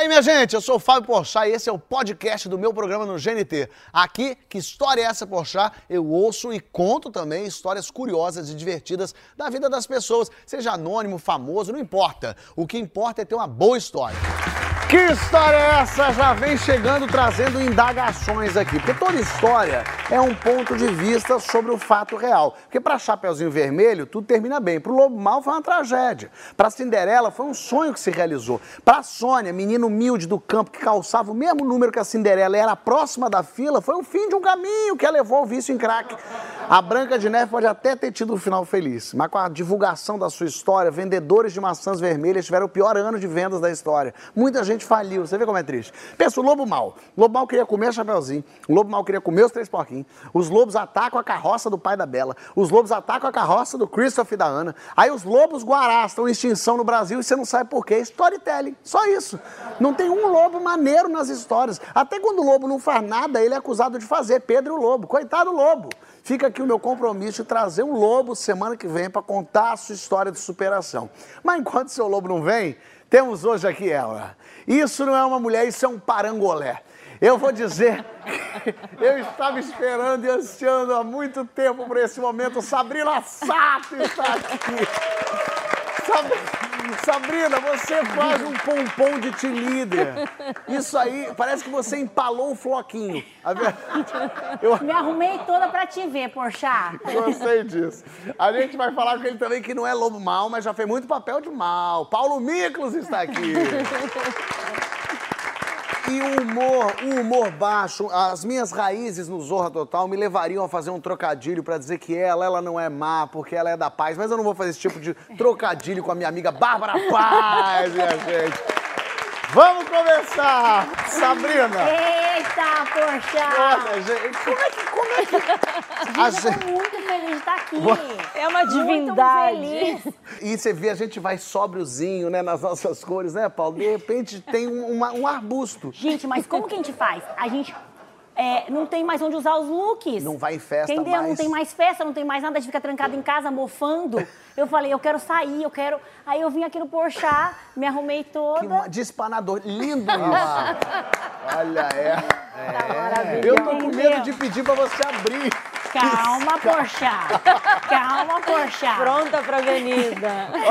E aí, minha gente, eu sou o Fábio Porchat e esse é o podcast do meu programa no GNT. Aqui, Que História é Essa, Porchat? Eu ouço e conto também histórias curiosas e divertidas da vida das pessoas, seja anônimo, famoso, não importa. O que importa é ter uma boa história. Que história é essa? Já vem chegando trazendo indagações aqui, porque toda história é um ponto de vista sobre o fato real. Porque para Chapeuzinho Vermelho, tudo termina bem. Para o Lobo Mau foi uma tragédia. Para Cinderela foi um sonho que se realizou. Para Sônia, menina humilde do campo que calçava o mesmo número que a Cinderela e era próxima da fila, foi o fim de um caminho que a levou ao vício em crack. A Branca de Neve pode até ter tido um final feliz, mas com a divulgação da sua história, vendedores de maçãs vermelhas tiveram o pior ano de vendas da história. Muita gente faliu, você vê como é triste. Pensa, o Lobo Mau. O Lobo Mau queria comer a Chapeuzinho, o Lobo Mau queria comer os 3 porquinhos, os lobos atacam a carroça do pai da Bela, os lobos atacam a carroça do Christopher e da Ana, aí os lobos guarás estão em extinção no Brasil e você não sabe por quê. Storytelling, só isso. Não tem um lobo maneiro nas histórias. Até quando o lobo não faz nada, ele é acusado de fazer. Pedro e o Lobo. Coitado do lobo. Fica aqui o meu compromisso de trazer um lobo semana que vem para contar a sua história de superação. Mas enquanto seu lobo não vem, temos hoje aqui ela. Isso não é uma mulher, isso é um parangolé. Eu vou dizer que eu estava esperando e ansiando há muito tempo por esse momento. Sabrina Sato está aqui. Sabrina, você faz um pompom de tilídria. Isso aí, parece que você empalou um floquinho. Me arrumei toda pra te ver, Porchat. Gostei disso. A gente vai falar com ele também que não é lobo mau, mas já fez muito papel de mal. Paulo Miklos está aqui. E o humor baixo, as minhas raízes no Zorra Total me levariam a fazer um trocadilho pra dizer que ela não é má, porque ela é da paz. Mas eu não vou fazer esse tipo de trocadilho com a minha amiga Bárbara Paz, minha gente. Vamos começar! Sabrina! Eita, Porchat! Olha, gente, como é que... A gente tá muito feliz de estar aqui. É uma divindade. Muito feliz. E você vê, a gente vai sóbriozinho, né, nas nossas cores, né, Paulo? De repente tem um arbusto. Gente, mas como que a gente faz? A gente não tem mais onde usar os looks. Não vai em festa entendeu? mais. Não tem mais festa, não tem mais nada, a gente fica trancado em casa, mofando. Eu falei, eu quero sair, eu quero... Aí eu vim aqui no Porchat, me arrumei toda. De espanador. Lindo isso. Olha, Tá maravilhoso. Eu tô com medo de pedir pra você abrir. Calma, Porchat. Calma, Porchat. Pronta pra avenida.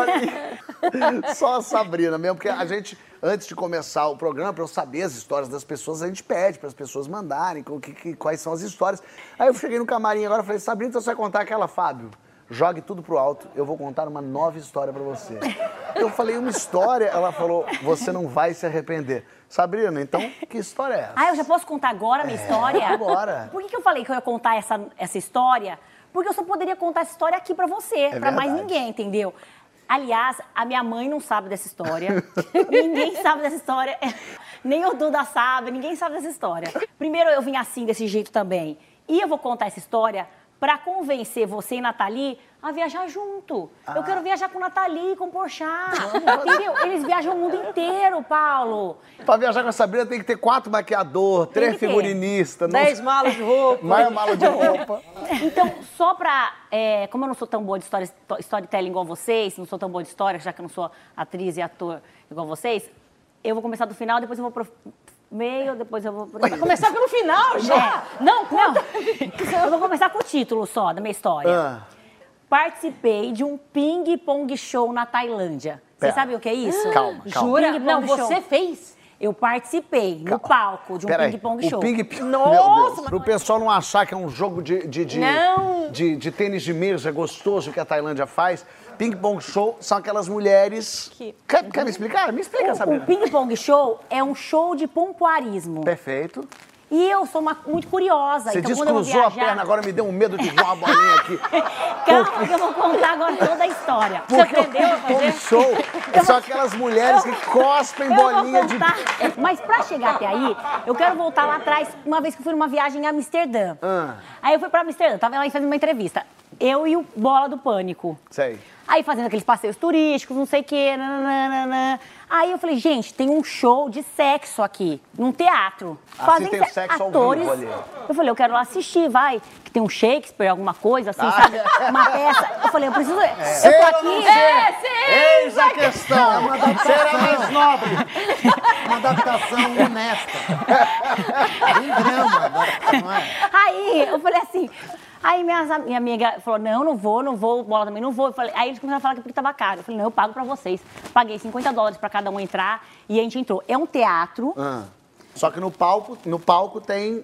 Olha, só a Sabrina mesmo, porque a gente, antes de começar o programa, pra eu saber as histórias das pessoas, a gente pede para as pessoas mandarem quais são as histórias. Aí eu cheguei no camarim agora e falei, Sabrina, então você vai contar aquela, Fábio? Jogue tudo pro alto, eu vou contar uma nova história pra você. Eu falei, uma história? Ela falou, você não vai se arrepender. Sabrina, então, que história é essa? Ah, eu já posso contar agora a minha história? Bora. Por que eu falei que eu ia contar essa história? Porque eu só poderia contar essa história aqui pra você, pra mais ninguém, entendeu? Aliás, a minha mãe não sabe dessa história. Ninguém sabe dessa história. Nem o Duda sabe, ninguém sabe dessa história. Primeiro eu vim assim, desse jeito também. E eu vou contar essa história pra convencer você e Nathalie a viajar junto. Eu quero viajar com Nathalie, com Porchat. Entendeu? Eles viajam o mundo inteiro, Paulo. Pra viajar com a Sabrina tem que ter 4 maquiador, 3 figurinistas. 10 malas de roupa. Mais mala de roupa. Então, só pra... como eu não sou tão boa de storytelling igual vocês, não sou tão boa de história, já que eu não sou atriz e ator igual vocês, eu vou começar do final, depois eu vou pro meio, depois eu vou pro meio. Vai começar pelo final já? Não. Eu vou começar com o título só da minha história. Participei de um ping-pong show na Tailândia. Você sabe o que é isso? Calma. Jura? Não, show. você fez? Eu participei no palco de um ping-pong show. Nossa! Pro pessoal não achar que é um jogo de tênis de mesa gostoso que a Tailândia faz, ping-pong show são aquelas mulheres... Quer me explicar? Me explica, Sabrina. O ping-pong show é um show de pompoarismo. Perfeito. E eu sou muito curiosa. Você então, quando eu vou descruzou viajar... a perna, agora me deu um medo de voar uma bolinha aqui. Calma, que eu vou contar agora toda a história. Porque você aprendeu a fazer? Show são aquelas mulheres que cospem bolinha de... Mas pra chegar até aí, eu quero voltar lá atrás, uma vez que eu fui numa viagem em Amsterdã. Aí eu fui pra Amsterdã, tava lá fazendo uma entrevista. Eu e o Bola do Pânico. Sei. Aí fazendo aqueles passeios turísticos, não sei o quê, nananana. Aí eu falei, gente, tem um show de sexo aqui, num teatro. Tem o sexo atores. ao vivo ali. Eu falei, eu quero lá assistir, vai. Que tem um Shakespeare, alguma coisa assim, sabe? Uma peça. Eu falei, eu preciso... Eu tô aqui... Eis a questão. É uma adaptação. Será mais nobre. Uma adaptação honesta. Um drama, não é? Aí, eu falei assim... Aí minha amiga falou, não vou, Bola também não vou. Eu falei, aí eles começaram a falar que porque tava caro. Eu falei, não, eu pago pra vocês. Paguei $50 pra cada um entrar e a gente entrou. É um teatro. Só que no palco tem...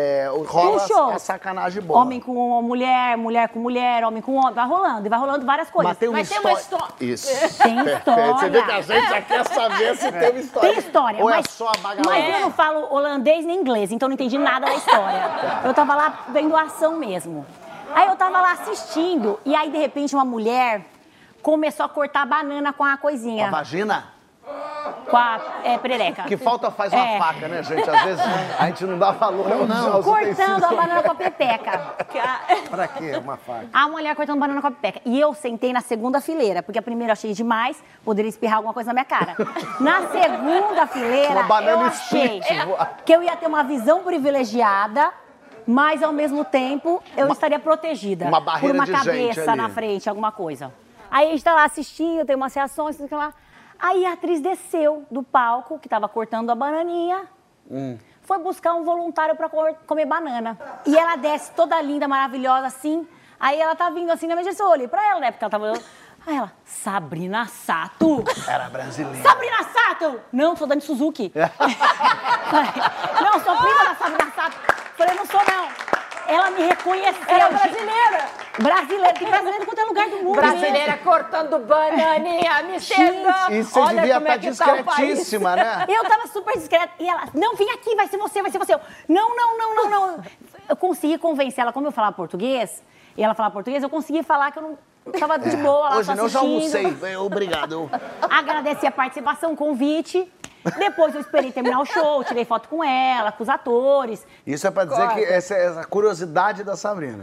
rola Um show. a sacanagem boa. Homem com mulher, mulher com mulher, homem com homem. Vai rolando, e vai rolando várias coisas. Mas tem uma Mas tem história. uma história. Isso. Tem Perfeito. história. Você vê que a gente já quer saber se tem uma história. Tem história, Ou mas, é só a bagalhada? mas eu não falo holandês nem inglês, então não entendi nada da história. Eu tava lá vendo a ação mesmo. Aí eu tava lá assistindo, e aí de repente uma mulher começou a cortar a banana com a coisinha. A vagina? Com a perereca. Que falta faz uma faca, né, gente? Às vezes a gente não dá valor aos Cortando a banana com a pepeca. Pra quê? Uma faca. A mulher cortando banana com a pepeca. E eu sentei na segunda fileira, porque a primeira eu achei demais, poderia espirrar alguma coisa na minha cara. Na segunda fileira, Uma banana eu achei split voar. que eu ia ter uma visão privilegiada, mas ao mesmo tempo eu estaria protegida uma barreira por uma de gente cabeça ali. na frente, alguma coisa. Aí a gente tá lá assistindo, tem umas reações, tudo que lá. Aí a atriz desceu do palco, que tava cortando a bananinha, foi buscar um voluntário pra comer banana. E ela desce toda linda, maravilhosa, assim. Aí ela tá vindo assim na minha direção, eu olhei pra ela, né? Porque ela tava... Aí ela, Sabrina Sato. Era brasileira. Sabrina Sato! Não, sou Dani Suzuki. Falei, não, sou prima da Sabrina Sato. Falei, não sou não. Ela me reconheceu. Era brasileira. Brasileira, tem brasileiro em qualquer lugar do mundo. Brasileira cortando bananinha, Amsterdã. E você Olha devia como é estar que tá o país. discretíssima, né? Eu tava super discreta. E ela, não, vem aqui, vai ser você, vai ser você. Eu, não. Eu consegui convencer ela, como eu falava português, e ela falava português, eu consegui falar que eu não tava de boa lá, Hoje só não, eu já assistindo. almocei. Obrigado. Agradeci a participação, o convite. Depois eu esperei terminar o show, tirei foto com ela, com os atores. Isso é pra dizer que essa é a curiosidade da Sabrina.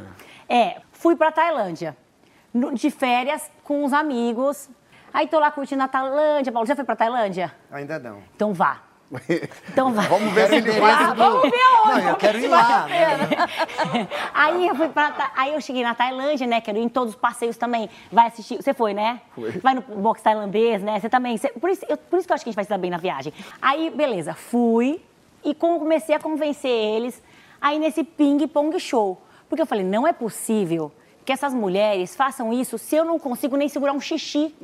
Fui pra Tailândia, de férias com os amigos. Aí tô lá curtindo a Tailândia. Paulo, já foi pra Tailândia? Ainda não. Então vá. Então vai. Vamos ver se ele vai. Vamos ver onde. Não, eu quero ir lá. Aí eu fui aí eu cheguei na Tailândia, né? Quero ir em todos os passeios também. Vai assistir. Você foi, né? Fui. Vai no box tailandês, né? Você também. Por isso que eu acho que a gente vai se dar bem na viagem. Aí, beleza, fui e comecei a convencer eles aí nesse ping-pong show. Porque eu falei, não é possível que essas mulheres façam isso se eu não consigo nem segurar um xixi.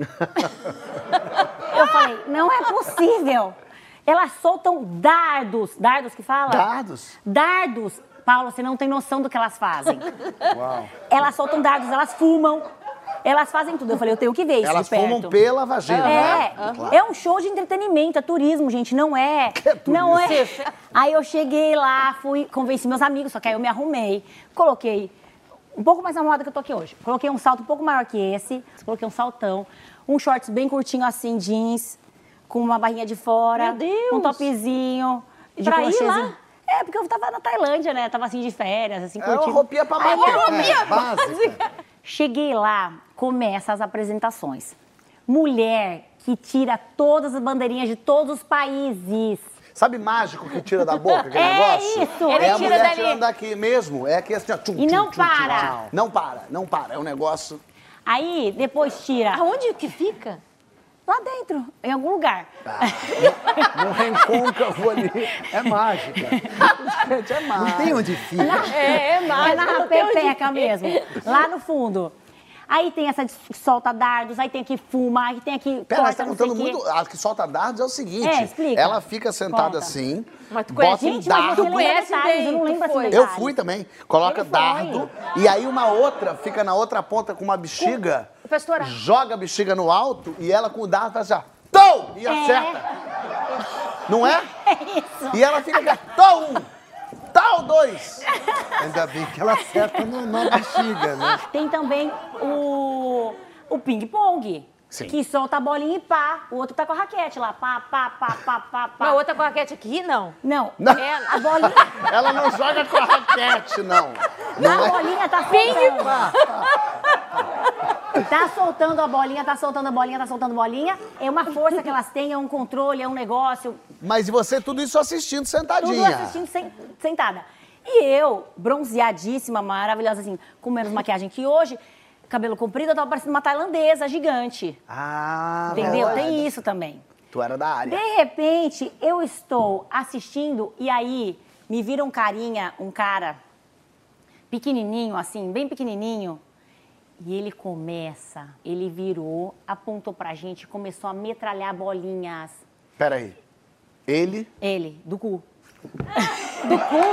Eu falei, não é possível. Elas soltam dardos. Dardos que fala? Dardos? Dardos. Paulo, você não tem noção do que elas fazem. Uau. Elas soltam dardos, elas fumam. Elas fazem tudo. Eu falei, eu tenho que ver isso Elas de perto. fumam pela vagina, né? É um show de entretenimento, é turismo, gente, não é. Não é. Aí eu cheguei lá, convenci meus amigos, só que aí eu me arrumei, coloquei um pouco mais arrumada que eu tô aqui hoje. Coloquei um salto um pouco maior que esse, coloquei um saltão, um shorts bem curtinho assim, jeans, com uma barrinha de fora, Meu Deus! um topzinho de Pra ir crochêzinho. lá? É, porque eu tava na Tailândia, né? Tava assim de férias, assim, É curtindo. uma roupinha pra bater. Básica. Cheguei lá, começa as apresentações. Mulher que tira todas as bandeirinhas de todos os países. Sabe mágico que tira da boca aquele É negócio? isso. Ele É a tira mulher dali. tirando daqui mesmo. É aqui assim, ó. Tchum, E tchum, não tchum, tchum, para. tchum. Não para. É um negócio... Aí, depois tira Aonde que fica? lá dentro, em algum lugar. No recôncavo ali. É mágica. Gente, é Não mágico. tem onde fica. É mais. na pepeca mesmo, lá no fundo. Aí tem essa que solta dardos, aí tem que fuma, aí tem que Pera, você corta, tá não sei contando o quê. muito... A que solta dardos é o seguinte. É, explica. Ela fica sentada Conta. assim, Mas tu bota conhece- um Gente, mas dardo... você lembra conhece detalhes, eu não bem, lembro tu assim foi. detalhes. Eu fui também. Coloca Ele foi. dardo. E aí uma outra fica na outra ponta com uma bexiga. Pra estourar. Joga a bexiga no alto e ela com o dardo faz assim, ó. Tom! E acerta. Não é? É isso. E ela fica aqui, tom! Tal dois! Ainda bem que ela acerta na bexiga, né? Tem também o ping-pong. Sim. Que solta a bolinha e pá. O outro tá com a raquete lá. Pá. Mas outra com a raquete aqui, não. Não. Não. A bolinha. Ela não joga com a raquete, não. A bolinha tá soltando. Tá soltando a bolinha, tá soltando a bolinha, tá soltando a bolinha. É uma força que elas têm, é um controle, é um negócio. Mas e você tudo isso assistindo sentadinha? Tudo assistindo sentada. E eu, bronzeadíssima, maravilhosa, assim, com menos maquiagem que hoje, cabelo comprido, eu tava parecendo uma tailandesa gigante. Ah, entendeu? verdade. Tem isso também. Tu era da área. De repente, eu estou assistindo e aí me vira um cara pequenininho, assim, bem pequenininho. E ele virou, apontou pra gente e começou a metralhar bolinhas. Peraí. Ele? Ele, do cu. Do cu?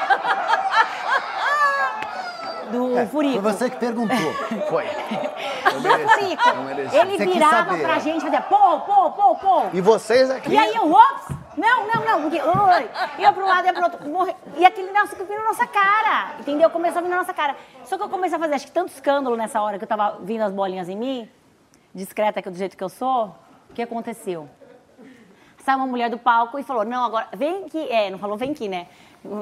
Do furico. Foi você que perguntou. Foi. Do furico. Eu mereci. Ele Você quis virava saber, pra né? gente, fazia pô. E vocês aqui? E aí eu, ops, não, porque, ia pro lado, ia pro outro, morre. E aquele negócio que vindo na nossa cara, entendeu? Começou a vir na nossa cara. Só que eu comecei a fazer, acho que tanto escândalo nessa hora que eu tava vindo as bolinhas em mim, discreta do jeito que eu sou, o que aconteceu? Saiu uma mulher do palco e falou, não, agora, vem aqui, não falou vem aqui, né?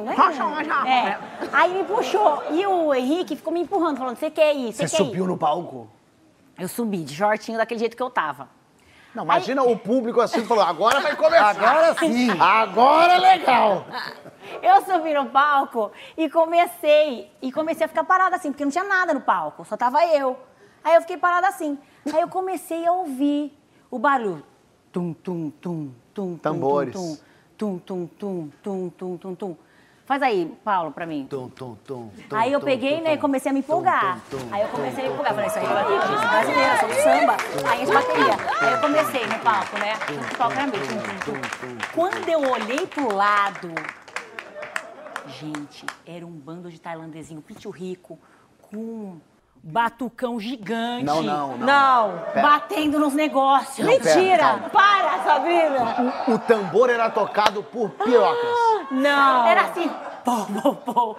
Aí me puxou, e o Henrique ficou me empurrando, falando, você quer ir, Você subiu no palco? Eu subi, de shortinho, daquele jeito que eu tava. Não, imagina o público assim, falou, agora vai começar. Agora sim. Agora é legal. Eu subi no palco e comecei a ficar parada assim, porque não tinha nada no palco, só tava eu. Aí eu fiquei parada assim. Aí eu comecei a ouvir o barulho. Tum, tum, tum, tum, Tambores. tum, tum, tum, tum, tum, tum, tum. Faz aí, Paulo, pra mim. Aí eu peguei, né, e comecei a me empolgar. Aí eu comecei a me empolgar. Falei, isso aí é gente brasileira, sou do samba. Aí de bateria. Aí eu comecei no palco, né? O palco era meu. Quando eu olhei pro lado, gente, era um bando de tailandesinho, pichu rico, com batucão gigante. Não. Pera. Batendo nos negócios. Não, pera, Mentira! calma. Para, Sabrina! O tambor era tocado por pirocas. Não! Era assim, pô.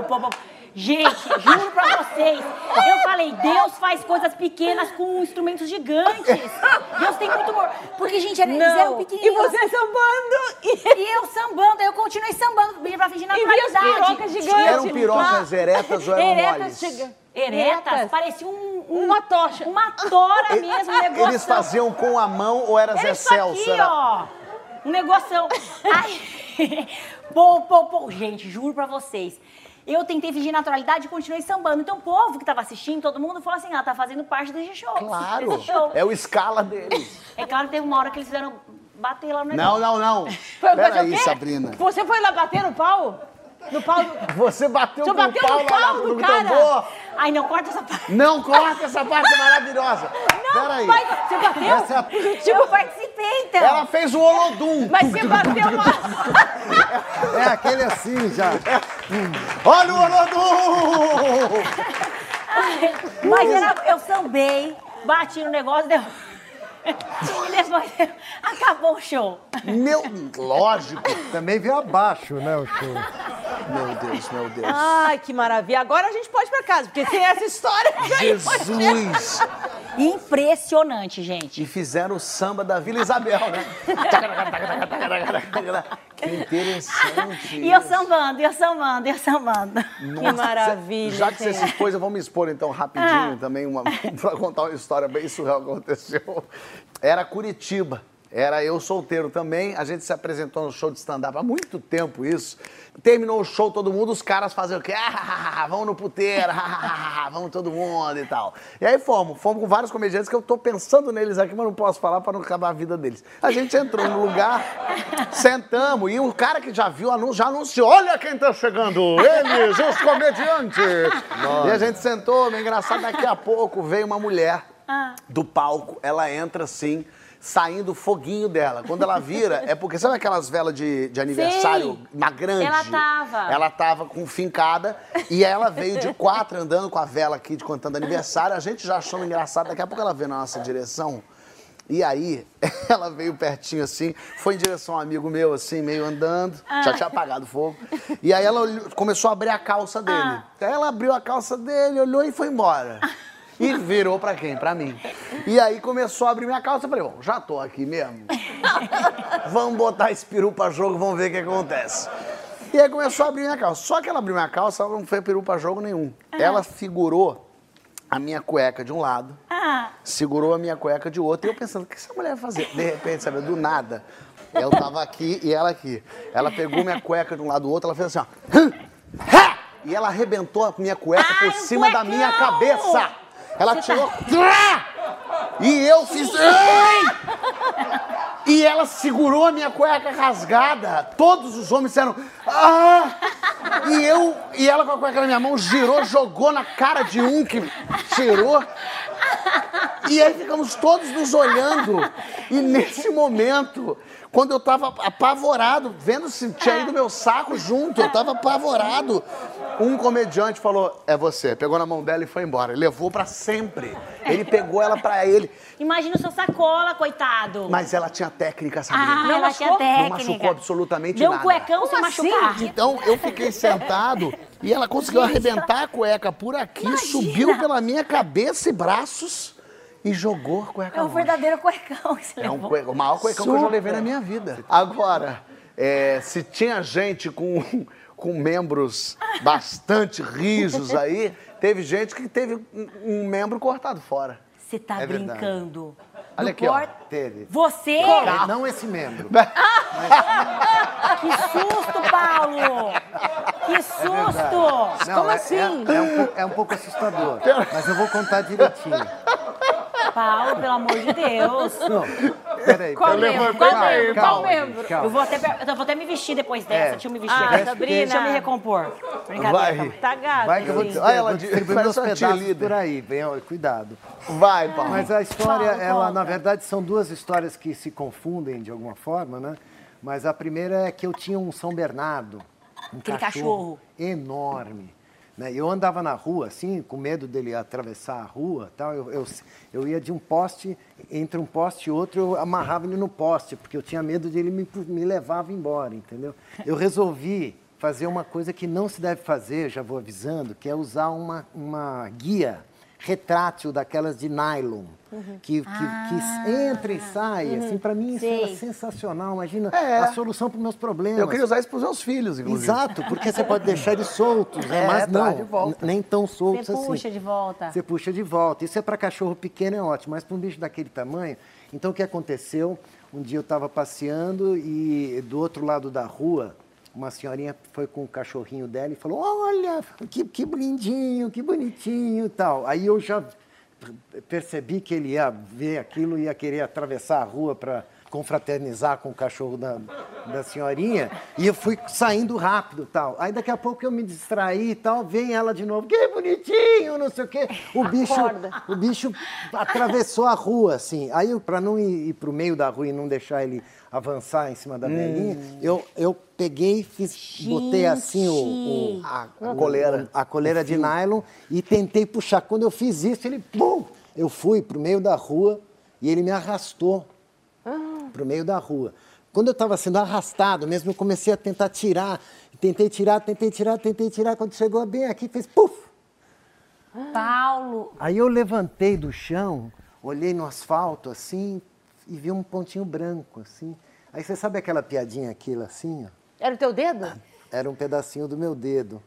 Gente, juro pra vocês, eu falei, Deus faz coisas pequenas com instrumentos gigantes. Deus tem muito humor. Porque, gente, eles eram E pequenininhos. você sambando. E eu sambando, eu continuei sambando pra fingir naturalidade. pirocas gigantes. Eram pirocas eretas ou eram Eretas moles? chegando. Eretas, parecia Uma tocha. uma tora mesmo, um negócio. Eles faziam com a mão ou era Zé Isso Celso? aqui, Era... ó. Um negoção. Aí, pô. Gente, juro pra vocês. Eu tentei fingir naturalidade e continuei sambando. Então o povo que tava assistindo, todo mundo falou assim, tá fazendo parte desse show. Claro, Desse show. é o escala deles. É claro que teve uma hora que eles fizeram bater lá no negócio. Não. Foi fazer Peraí, o quê? Sabrina. Você foi lá bater no pau? No pau do... Você bateu Você com o bateu pau no lá pau no do cara? tambor. Ai, não, corta essa parte. Não corta essa parte maravilhosa. Peraí. Mas você bateu? Essa é a... Eu participei, então. Ela fez o Olodum. Mas você bateu uma... É aquele assim já. Olha o Olodum! Mas eu sambei, bati no negócio, deu... E depois acabou o show. Lógico. Também veio abaixo, né, o show. Meu Deus. Ai, que maravilha. Agora a gente pode ir pra casa, porque tem essa história. Jesus! Impressionante, gente. E fizeram o samba da Vila Isabel, né? Que interessante. E eu sambando. Que maravilha, Já que você gente. se expôs, eu vou me expor então rapidinho também, pra contar uma história bem surreal que aconteceu. Era Curitiba. Era eu solteiro também, a gente se apresentou no show de stand-up há muito tempo isso. Terminou o show, todo mundo, os caras faziam o quê? Vamos no puteiro, vamos todo mundo e tal. E aí fomos com vários comediantes que eu tô pensando neles aqui, mas não posso falar para não acabar a vida deles. A gente entrou no lugar, sentamos, e o cara que já viu o anúncio, já anunciou, olha quem tá chegando, eles, os comediantes. E a gente sentou, meio engraçado, daqui a pouco veio uma mulher do palco, ela entra assim, saindo foguinho dela. Quando ela vira, é porque, sabe aquelas velas de aniversário, uma grande? Ela tava com fincada e ela veio de 4 andando com a vela aqui, de contando aniversário. A gente já achou engraçado, daqui a pouco ela veio na nossa direção. E aí, ela veio pertinho assim, foi em direção a um amigo meu, assim, meio andando, já tinha apagado o fogo. E aí ela começou a abrir a calça dele. Aí ela abriu a calça dele, olhou e foi embora. E virou pra quem? Pra mim. E aí começou a abrir minha calça. Eu falei, bom, já tô aqui mesmo. Vamos botar esse peru pra jogo, vamos ver o que acontece. E aí começou a abrir minha calça. Só que ela abriu minha calça, ela não foi peru pra jogo nenhum. Ela figurou a minha cueca de um lado segurou a minha cueca de outra e eu pensando, o que essa mulher vai fazer? De repente, sabe, do nada, eu tava aqui e ela aqui. Ela pegou minha cueca de um lado do outro, ela fez assim, ó. E ela arrebentou a minha cueca por cima da minha cabeça. Ela tirou... E eu fiz... E ela segurou a minha cueca rasgada. Todos os homens disseram... E ela com a cueca na minha mão girou, jogou na cara de um que tirou. E aí ficamos todos nos olhando. E nesse momento, quando eu tava apavorado, vendo se tinha ido meu saco junto, eu tava apavorado. Um comediante falou, é você. Pegou na mão dela e foi embora. Levou pra sempre. Ele pegou ela pra ele. Imagina o seu sacola, coitado. Mas ela tinha técnica, Sabrina. Não ela tinha técnica. Não machucou absolutamente Deu nada. Deu um cuecão sem machucar. Então, eu fiquei sentado e ela conseguiu arrebentar a cueca por aqui, subiu pela minha cabeça e braços e jogou a cueca longe. É um verdadeiro cuecão que você levou. O maior cuecão que eu já levei na minha vida. Agora, se tinha gente com membros bastante rijos aí, teve gente que teve um membro cortado fora. Você tá brincando. Olha aqui, ó. Teve. Você? Não esse membro. Que susto, Paulo! Que susto! Não, Como assim? É um pouco assustador, mas eu vou contar direitinho. Paulo, pelo amor de Deus. Não, peraí. Qual membro? Calma. Eu vou até me vestir depois dessa. Deixa eu me vestir. Sabrina. Deixa eu me recompor. Brincadeira. Vai. Também. Tá gato. Vai que eu vou ela distribuir faz meus sua pedaços cheerleader. por aí. Venha, cuidado. Vai, Paulo. Mas a história, Paulo, ela, conta. na verdade, são duas histórias que se confundem de alguma forma, né? Mas a primeira é que eu tinha um São Bernardo, um Aquele cachorro enorme. Né? Eu andava na rua, assim, com medo dele atravessar a rua, tal. Eu ia de um poste, entre um poste e outro, eu amarrava ele no poste, porque eu tinha medo de ele me levava embora, entendeu? Eu resolvi fazer uma coisa que não se deve fazer, já vou avisando, que é usar uma guia retrátil daquelas de nylon, que entra e sai. Assim, para mim isso era sensacional. Imagina a solução para os meus problemas. Eu queria usar isso para os meus filhos, inclusive. Exato, porque você pode deixar eles soltos, né? Mas traz não, de volta. nem tão soltos Você assim. puxa de volta. Você puxa de volta. Isso é para cachorro pequeno, é ótimo, mas para um bicho daquele tamanho... Então, o que aconteceu? Um dia eu estava passeando e do outro lado da rua, uma senhorinha foi com o cachorrinho dela e falou, olha, que lindinho, que bonitinho e tal. Aí eu já percebi que ele ia ver aquilo, ia querer atravessar a rua para confraternizar com o cachorro da senhorinha, e eu fui saindo rápido e tal. Aí daqui a pouco eu me distraí e tal, vem ela de novo, que bonitinho, não sei o quê. O bicho atravessou a rua, assim. Aí, para não ir para o meio da rua e não deixar ele avançar em cima da velhinha, eu peguei, botei assim a coleira de nylon e tentei puxar. Quando eu fiz isso, ele, pum, eu fui para o meio da rua e ele me arrastou para o meio da rua. Quando eu estava sendo arrastado mesmo, eu comecei a tentar tirar. Tentei tirar. Quando chegou bem aqui, fez puf! Paulo! Aí eu levantei do chão, olhei no asfalto assim e vi um pontinho branco assim. Aí você sabe aquela piadinha aquilo assim, ó? Era o teu dedo? Era um pedacinho do meu dedo.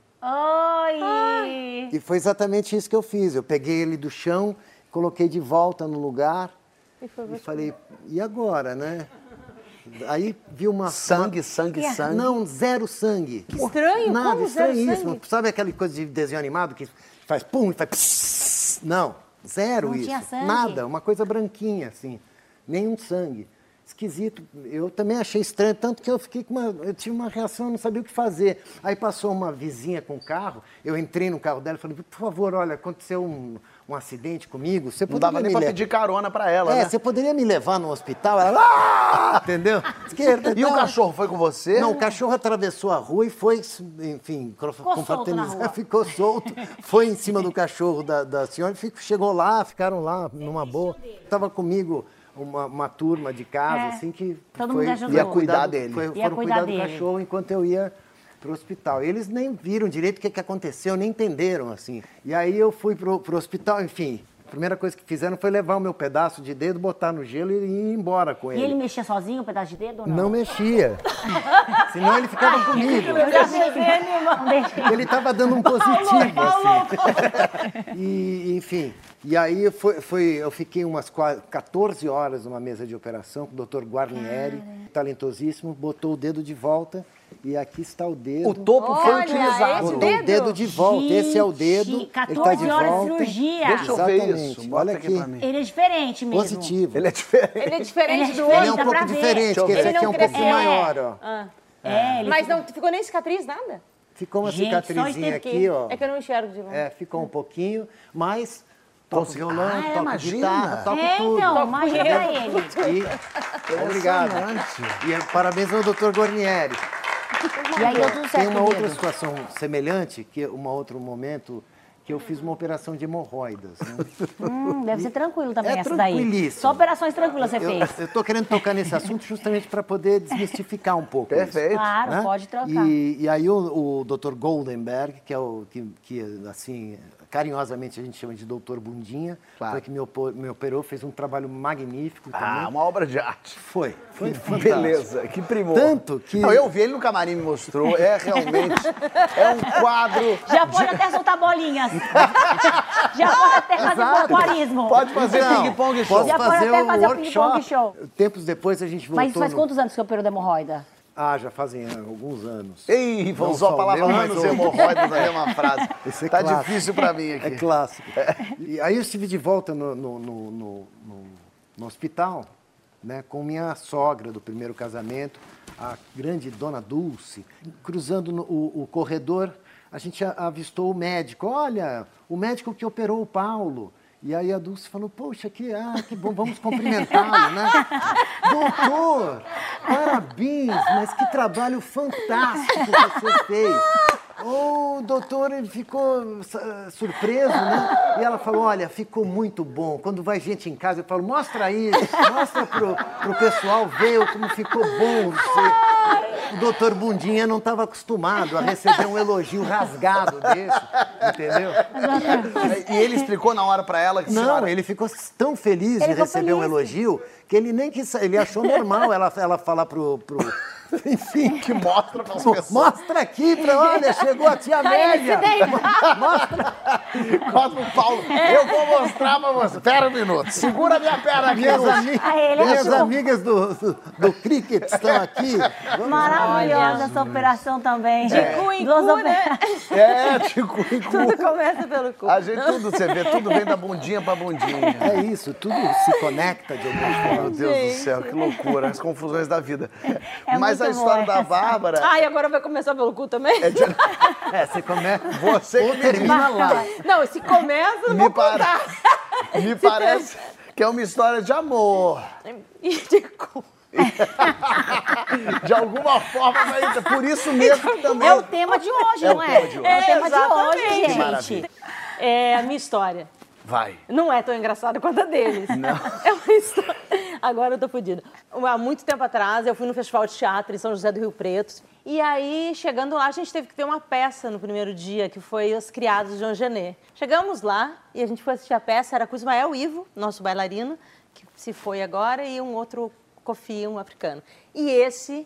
Ai! E foi exatamente isso que eu fiz. Eu peguei ele do chão, coloquei de volta no lugar e falei, e agora, né? Aí vi uma... Sangue. Não, zero sangue. Que estranho, nada, como zero estranhíssimo. sangue? Sabe aquela coisa de desenho animado que faz pum e faz pss? Não, zero Não isso. tinha sangue? Nada, uma coisa branquinha assim, nenhum sangue. Esquisito. Eu também achei estranho, tanto que eu fiquei eu tive uma reação, eu não sabia o que fazer. Aí passou uma vizinha com o carro, eu entrei no carro dela e falei, por favor, olha, aconteceu um acidente comigo, você Não poderia dava nem para pedir carona para ela, né? você poderia me levar no hospital? Ela, entendeu? Esquerda, E o cachorro foi com você? Não, o cachorro atravessou a rua e foi, enfim, solto na rua. ficou solto, foi em cima do cachorro da senhora, chegou lá, ficaram lá numa boa. Estava comigo uma turma de casa, assim, que Todo mundo ajudou. Ia cuidar dele. Foram cuidar do cachorro enquanto eu ia pro hospital. Eles nem viram direito o que aconteceu, nem entenderam, assim. E aí eu fui pro hospital, enfim. A primeira coisa que fizeram foi levar o meu pedaço de dedo, botar no gelo e ir embora com ele. E ele mexia sozinho o pedaço de dedo ou não? Não mexia. Senão ele ficava comigo. Ele estava dando um positivo, assim. E, enfim, E aí eu fiquei umas 14 horas numa mesa de operação com o Dr. Guarnieri, talentosíssimo, botou o dedo de volta e aqui está o dedo. O topo foi Olha, utilizado. esse Botou o dedo de volta, esse é o dedo. Gente, 14 ele tá de horas de volta. cirurgia. Deixa eu ver Exatamente. isso. Bota Olha aqui aqui. pra mim. Ele é diferente mesmo. Positivo. Ele é diferente. Ele é diferente Ele é do diferente. Ele é um dá pouco pra ver. diferente, Deixa eu porque esse ver. aqui é um Ele não pouquinho cresceu. maior, ó. Ele Mas não ficou nem cicatriz, nada? Ficou uma Gente, só cicatrizinha esse aqui, ó. É que eu não enxergo de longe. Ficou um pouquinho, mas toco violão, toco imagina. guitarra, toco tudo. Então, imagina ele. Obrigado. E parabéns ao Dr. Guarnieri. E aí deu tudo certo Tem uma com o outra dedo. situação semelhante, que outro momento que eu fiz uma operação de hemorroidas. Né? Deve ser tranquilo também É essa daí. tranquilíssimo. Só operações tranquilas você fez. Eu estou querendo tocar nesse assunto justamente para poder desmistificar um pouco isso. Perfeito. Claro, Né? pode trocar. E aí o Dr. Goldenberg, que é o que assim, carinhosamente a gente chama de Dr. Bundinha, Claro. foi que me operou, fez um trabalho magnífico também. Ah, uma obra de arte. Foi fantástico. Beleza, que primor. Tanto que... Não, eu vi ele no camarim, me mostrou. É realmente, é um quadro... Já pode até soltar bolinhas. Já pode até fazer Exato. pompoarismo. Pode fazer Então, ping-pong show. posso Já pode fazer até o fazer o workshop. ping-pong show. Tempos depois a gente voltou... Mas faz quantos anos que você operou da hemorroida? Ah, já fazem alguns anos. Ei, Não usou só a palavra o meu, mas anos o- e hemorroidas na mesma frase. Esse é Tá clássico. difícil pra mim aqui. É clássico. E aí eu estive de volta no hospital, né, com minha sogra do primeiro casamento, a grande Dona Dulce. Cruzando o corredor, a gente avistou o médico. Olha, o médico que operou o Paulo. E aí a Dulce falou, poxa, que bom, vamos cumprimentá-lo, né? Doutor, parabéns, mas que trabalho fantástico que você fez. O doutor ele ficou surpreso, né? E ela falou, olha, ficou muito bom. Quando vai gente em casa, eu falo, mostra isso, mostra pro pessoal ver como ficou bom. O doutor Bundinha não estava acostumado a receber um elogio rasgado desse, entendeu? E ele explicou na hora pra ela que Não, senhora... ele ficou tão feliz de Ele ficou receber um feliz. elogio que ele nem quis, ele achou normal ela falar pro enfim, que mostra pras pessoas. mostra aqui olha, chegou a tia Amélia. Mostra pro Paulo. Eu vou mostrar pra você. Espera um minuto. Segura a minha perna aqui. Minhas achou. amigas do cricket estão aqui. Maravilhosa essa operação também. De cu em Duas cu, né? operações. É, Tico e Tudo cu. começa pelo cu. A gente tudo, você vê, tudo vem da bundinha pra bundinha. É isso, tudo se conecta de alguma forma. Meu Deus do céu, que loucura, as confusões da vida. Mas muito a história boa da essa. Bárbara... Ai, agora vai começar pelo cu também? Você começa. Você Ou que me termina lá. Não, se começa, não Me, vou para- contar. me parece que é uma história de amor. E de cu. De alguma forma, mas por isso mesmo que também... É o tema de hoje, É o não é? tema de hoje. É o tema de hoje, Exatamente. Que gente. maravilha. É a minha história. Vai. Não é tão engraçada quanto a deles. Não. É uma história... Agora eu tô fodida. Há muito tempo atrás, eu fui no Festival de Teatro em São José do Rio Preto. E aí, chegando lá, a gente teve que ter uma peça no primeiro dia, que foi Os Criados de Jean Genet. Chegamos lá e a gente foi assistir a peça, era com o Ismael Ivo, nosso bailarino, que se foi agora, e um outro Kofi, um africano. E esse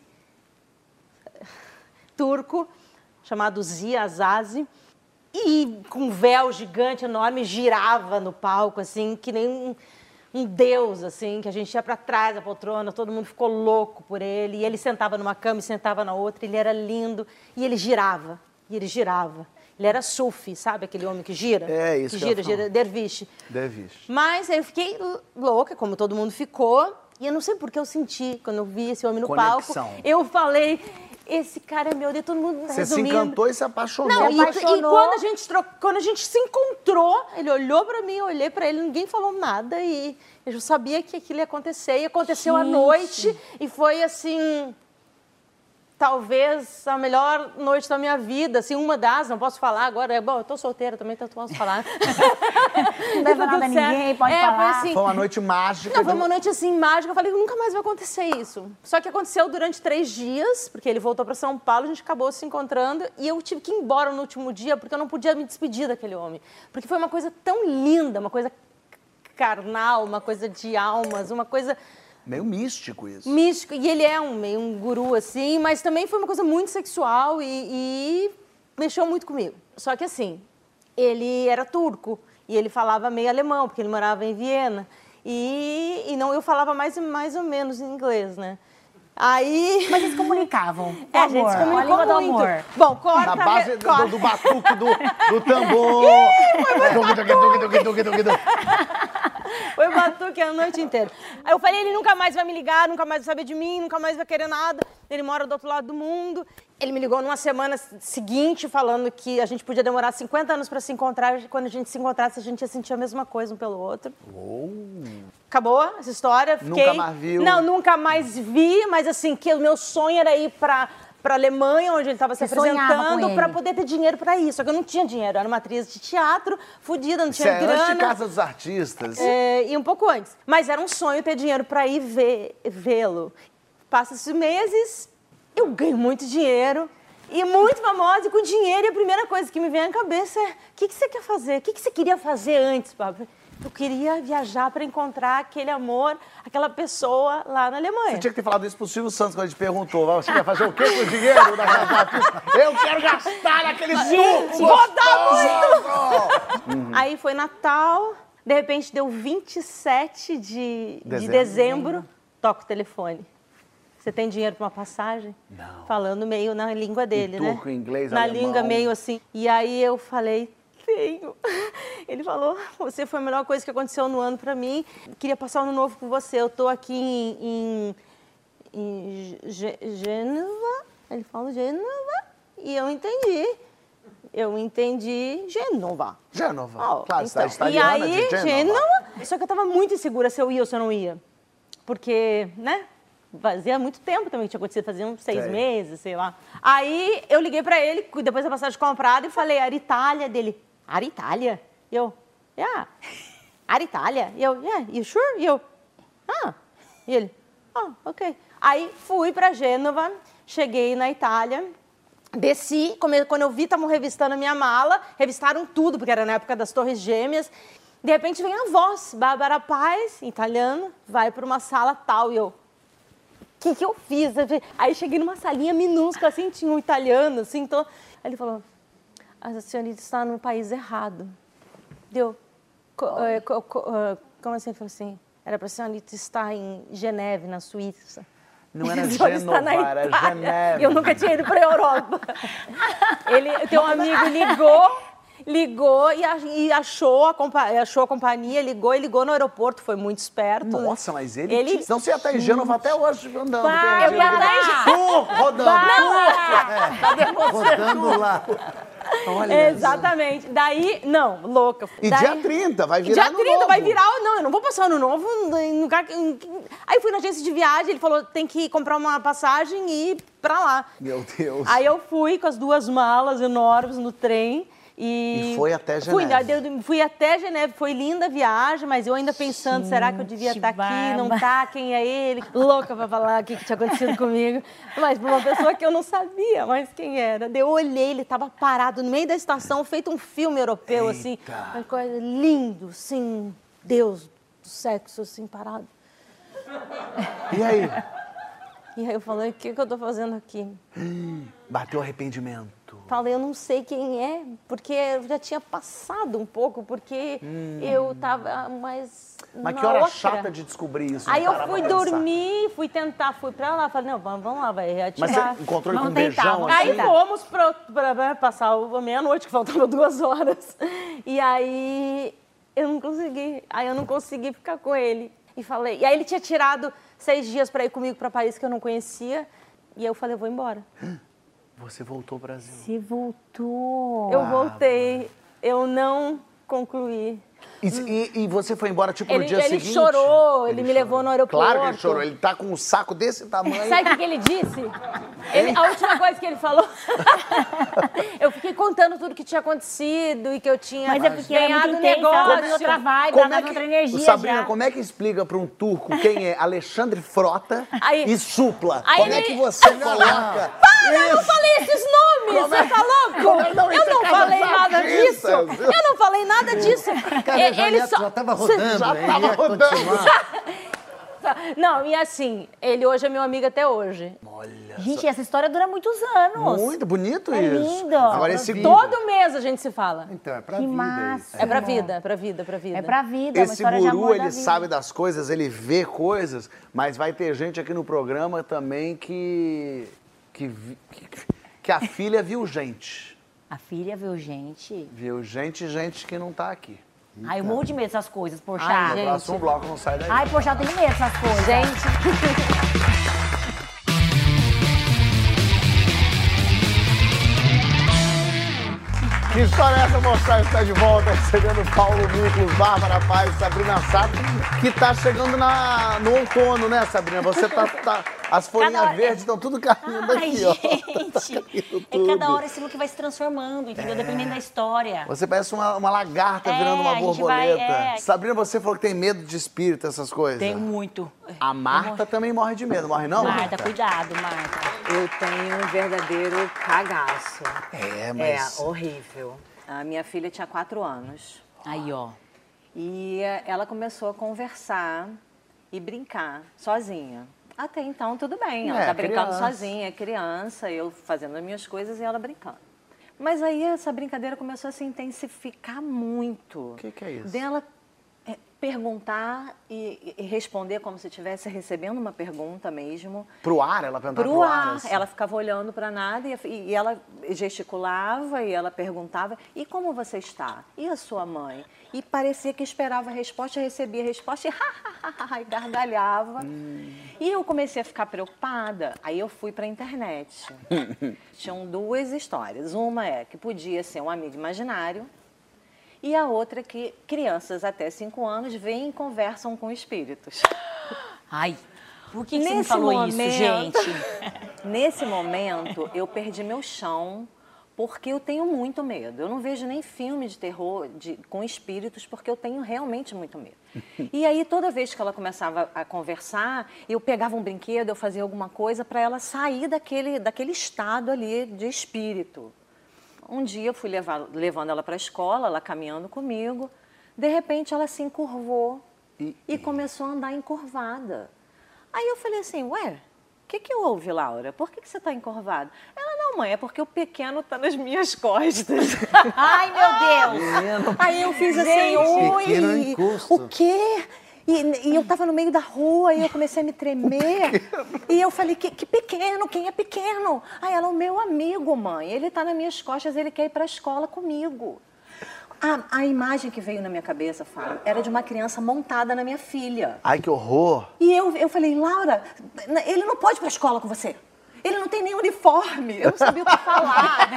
turco, chamado Zia Azazi, e com um véu gigante, enorme, girava no palco, assim, que nem um deus, assim, que a gente ia para trás da poltrona, todo mundo ficou louco por ele, e ele sentava numa cama e sentava na outra, ele era lindo, e ele girava, e ele girava. Ele era sufi, sabe aquele homem que gira? É, isso que que eu ia gira, falar. derviche. Derviche. Mas aí eu fiquei louca, como todo mundo ficou, e eu não sei por que eu senti, quando eu vi esse homem no Conexão. palco, eu falei, esse cara é meu, e todo mundo Você se resumindo. encantou e se apaixonou. Não, e apaixonou. quando a gente se encontrou, ele olhou pra mim, eu olhei pra ele, ninguém falou nada e eu já sabia que aquilo ia acontecer. E aconteceu à Gente. noite e foi assim, talvez a melhor noite da minha vida, assim, uma das, não posso falar agora. Bom, eu tô solteira também, então posso falar. Não deve nada a ninguém, pode falar. Foi assim, Foi uma noite mágica. não, foi uma noite assim mágica. Eu falei, nunca mais vai acontecer isso. Só que aconteceu durante 3 dias, porque ele voltou para São Paulo, a gente acabou se encontrando e eu tive que ir embora no último dia porque eu não podia me despedir daquele homem. Porque foi uma coisa tão linda, uma coisa carnal, uma coisa de almas, uma coisa Meio místico isso. mística. E ele é meio um guru assim, mas também foi uma coisa muito sexual e mexeu muito comigo. Só que assim, ele era turco. E ele falava meio alemão, porque ele morava em Viena. E não, eu falava mais ou menos em inglês, né? Aí... Mas eles comunicavam. A gente se comunicou a língua do muito. amor. Bom, corta... Na base do batuque, do tambor. Foi batuque a noite inteira. Aí eu falei, ele nunca mais vai me ligar, nunca mais vai saber de mim, nunca mais vai querer nada. Ele mora do outro lado do mundo. Ele me ligou numa semana seguinte, falando que a gente podia demorar 50 anos para se encontrar. Quando a gente se encontrasse, a gente ia sentir a mesma coisa um pelo outro. Acabou essa história. Nunca mais viu? Não, nunca mais vi, mas assim, que o meu sonho era ir para Alemanha, onde ele estava se apresentando, para poder ter dinheiro para isso. Só que eu não tinha dinheiro, eu era uma atriz de teatro, fodida, não tinha grana. Antes de Casa dos Artistas. E um pouco antes. Mas era um sonho ter dinheiro para ir vê-lo. Passa-se meses, eu ganho muito dinheiro, e muito famosa, e com dinheiro, e a primeira coisa que me vem à cabeça é, o que você quer fazer? O que você queria fazer antes, Pablo? Eu queria viajar para encontrar aquele amor, aquela pessoa lá na Alemanha. Você tinha que ter falado isso pro Silvio Santos quando a gente perguntou. Você quer fazer o quê com o dinheiro da Casa dos Artistas? Eu quero gastar naquele suco! Vou dar muito! Aí foi Natal, de repente deu 27 de dezembro, toca o telefone. Você tem dinheiro para uma passagem? Não. Falando meio na língua dele, né? Turco, inglês, na alemão. língua meio assim. E aí eu falei, tenho. Ele falou, você foi a melhor coisa que aconteceu no ano para mim. Queria passar o ano novo com você. Eu tô aqui em Gênova. Ele falou Gênova. E eu entendi Gênova. Gênova, claro, então. italiana e de aí, Gênova. Só que eu tava muito insegura se eu ia ou se eu não ia. Porque, né? Fazia muito tempo também que tinha acontecido, fazia uns 6 meses, sei lá. Aí eu liguei pra ele, depois da passagem comprada, e falei, Aritália, dele. Aritália? E eu, yeah. Aritália? E eu, yeah, you sure? E eu, E ele, ok. Aí fui pra Gênova, cheguei na Itália, desci, quando eu vi, estavam revistando a minha mala, revistaram tudo, porque era na época das Torres Gêmeas. De repente vem a voz, Bárbara Paz, em italiano, vai para uma sala tal, e eu... O que eu fiz? Aí cheguei numa salinha minúscula, assim, tinha um italiano, assim, então... Aí ele falou, a senhorita está no país errado. Deu... Como assim? Ele falou assim, era para a senhorita estar em Geneve, na Suíça. Não era Gênova, era Geneve. Eu nunca tinha ido para a Europa. Teu amigo ligou e achou a companhia, ligou no aeroporto, foi muito esperto. Nossa, mas ele... Senão você ia estar em Gênova até hoje andando. Eu ia estar rodando. Cadê você? Rodando lá. Olha, exatamente. Daí, não, louca. E dia 30, vai virar ano novo. Dia 30, vai virar... Não, eu não vou passar ano novo no lugar... Aí fui na agência de viagem, ele falou, tem que comprar uma passagem e ir pra lá. Meu Deus. Aí eu fui com as 2 malas enormes no trem. E foi até Geneve. Fui até Geneve, foi linda a viagem, mas eu ainda pensando, será que eu devia estar aqui, não tá, quem é ele? Louca pra falar o que tinha acontecido comigo. Mas pra uma pessoa que eu não sabia mais quem era. Eu olhei, ele estava parado no meio da estação, feito um filme europeu, assim. Uma coisa lindo, assim, Deus do sexo, assim, parado. E aí? E aí eu falei, o que eu tô fazendo aqui? Bateu arrependimento. Falei, eu não sei quem é, porque eu já tinha passado um pouco, porque eu tava mais Mas que hora outra. Chata de descobrir isso. Aí eu fui dormir, fui pra lá, falei, não, vamos lá, vai atirar. Mas você encontrou ele com um beijão? Aí fomos pra passar a meia-noite, que faltava 2 horas. E aí eu não consegui ficar com ele. E aí ele tinha tirado 6 dias pra ir comigo pra Paris, que eu não conhecia, e aí eu falei, eu vou embora. Você voltou ao Brasil. Você voltou. Eu voltei. Eu não concluí. E você foi embora, tipo, no dia seguinte? Ele chorou, ele me levou no aeroporto. Claro que ele chorou. Ele tá com um saco desse tamanho. Sabe o que ele disse? A última coisa que ele falou... Eu fiquei contando tudo que tinha acontecido e que eu tinha ganhado um negócio. Tava em outra vibe, tava em outra energia. Sabrina, já. como é que explica para um turco quem é Alexandre Frota e Supla? Como é que você coloca? Eu não falei esses nomes! Você tá louco? Eu não falei nada disso! Eu não falei nada disso! Ele já tava rodando. Já tava rodando. Não, e assim, ele hoje é meu amigo até hoje. Olha Gente, essa história dura muitos anos. Muito bonito É isso. lindo. Agora É esse pra Todo mês a gente se fala. Então, é pra Que vida massa. isso. É pra vida, é pra vida, é pra vida. É pra vida, é uma Esse história de amor guru, da ele vida. sabe das coisas, ele vê coisas, mas vai ter gente aqui no programa também que a filha viu gente. A filha viu gente. Viu gente que não tá aqui. Ai, eu morro de medo dessas coisas, Porchat. Ai, No gente. próximo bloco não sai daí. Ai, Porchat, eu tenho medo dessas coisas. Gente, Que história é essa, moçada? Está de volta recebendo Paulo Miklos, Bárbara Paz, Sabrina Sato, que tá chegando no outono, né, Sabrina? Você as folhinhas hora- verdes estão tudo caindo Ai, aqui, ó. gente. Tá caindo É cada tudo. hora esse look vai se transformando, entendeu? Dependendo da história. Você parece uma lagarta É, virando uma a gente borboleta. vai- Sabrina, você falou que tem medo de espírito, essas coisas. Tem muito. A Marta também morre de medo, morre não, Marta, cuidado, Marta. Eu tenho um verdadeiro cagaço. É, mas... É horrível. A minha filha tinha 4 anos Aí, ó. e ela começou a conversar e brincar sozinha. Até então, tudo bem. Ela É, tá brincando criança. sozinha, é criança, eu fazendo as minhas coisas e ela brincando. Mas aí essa brincadeira começou a se intensificar muito. O que é isso? Dela perguntar e responder como se estivesse recebendo uma pergunta mesmo. Pro ar, ela perguntava Pro ar, assim. ela ficava olhando para nada e ela gesticulava e ela perguntava, e como você está? E a sua mãe? E parecia que esperava a resposta, recebia a resposta e gargalhava. E eu comecei a ficar preocupada, aí eu fui para a internet. Tinham 2 histórias, uma é que podia ser um amigo imaginário, e a outra é que crianças até 5 anos vêm e conversam com espíritos. Ai, por que você me Nesse falou momento- isso, gente? Nesse momento, eu perdi meu chão, porque eu tenho muito medo. Eu não vejo nem filme de terror com espíritos, porque eu tenho realmente muito medo. E aí, toda vez que ela começava a conversar, eu pegava um brinquedo, eu fazia alguma coisa para ela sair daquele estado ali de espírito. Um dia eu fui levando ela para a escola, ela caminhando comigo. De repente, ela se encurvou e começou a andar encurvada. Aí eu falei assim, ué, o que houve, Laura? Por que você está encurvada? Ela, não, mãe, é porque o pequeno está nas minhas costas. Ai, meu Deus! Aí eu fiz assim, pequeno é oi, encosto. o quê? E eu estava no meio da rua e eu comecei a me tremer. E eu falei, que pequeno? Quem é pequeno? Aí ela, o meu amigo, mãe. Ele está nas minhas costas, ele quer ir para a escola comigo. A imagem que veio na minha cabeça, Fábio, era de uma criança montada na minha filha. Ai, que horror. E eu falei, Laura, ele não pode ir para a escola com você. Ele não tem nem uniforme. Eu não sabia o que falar.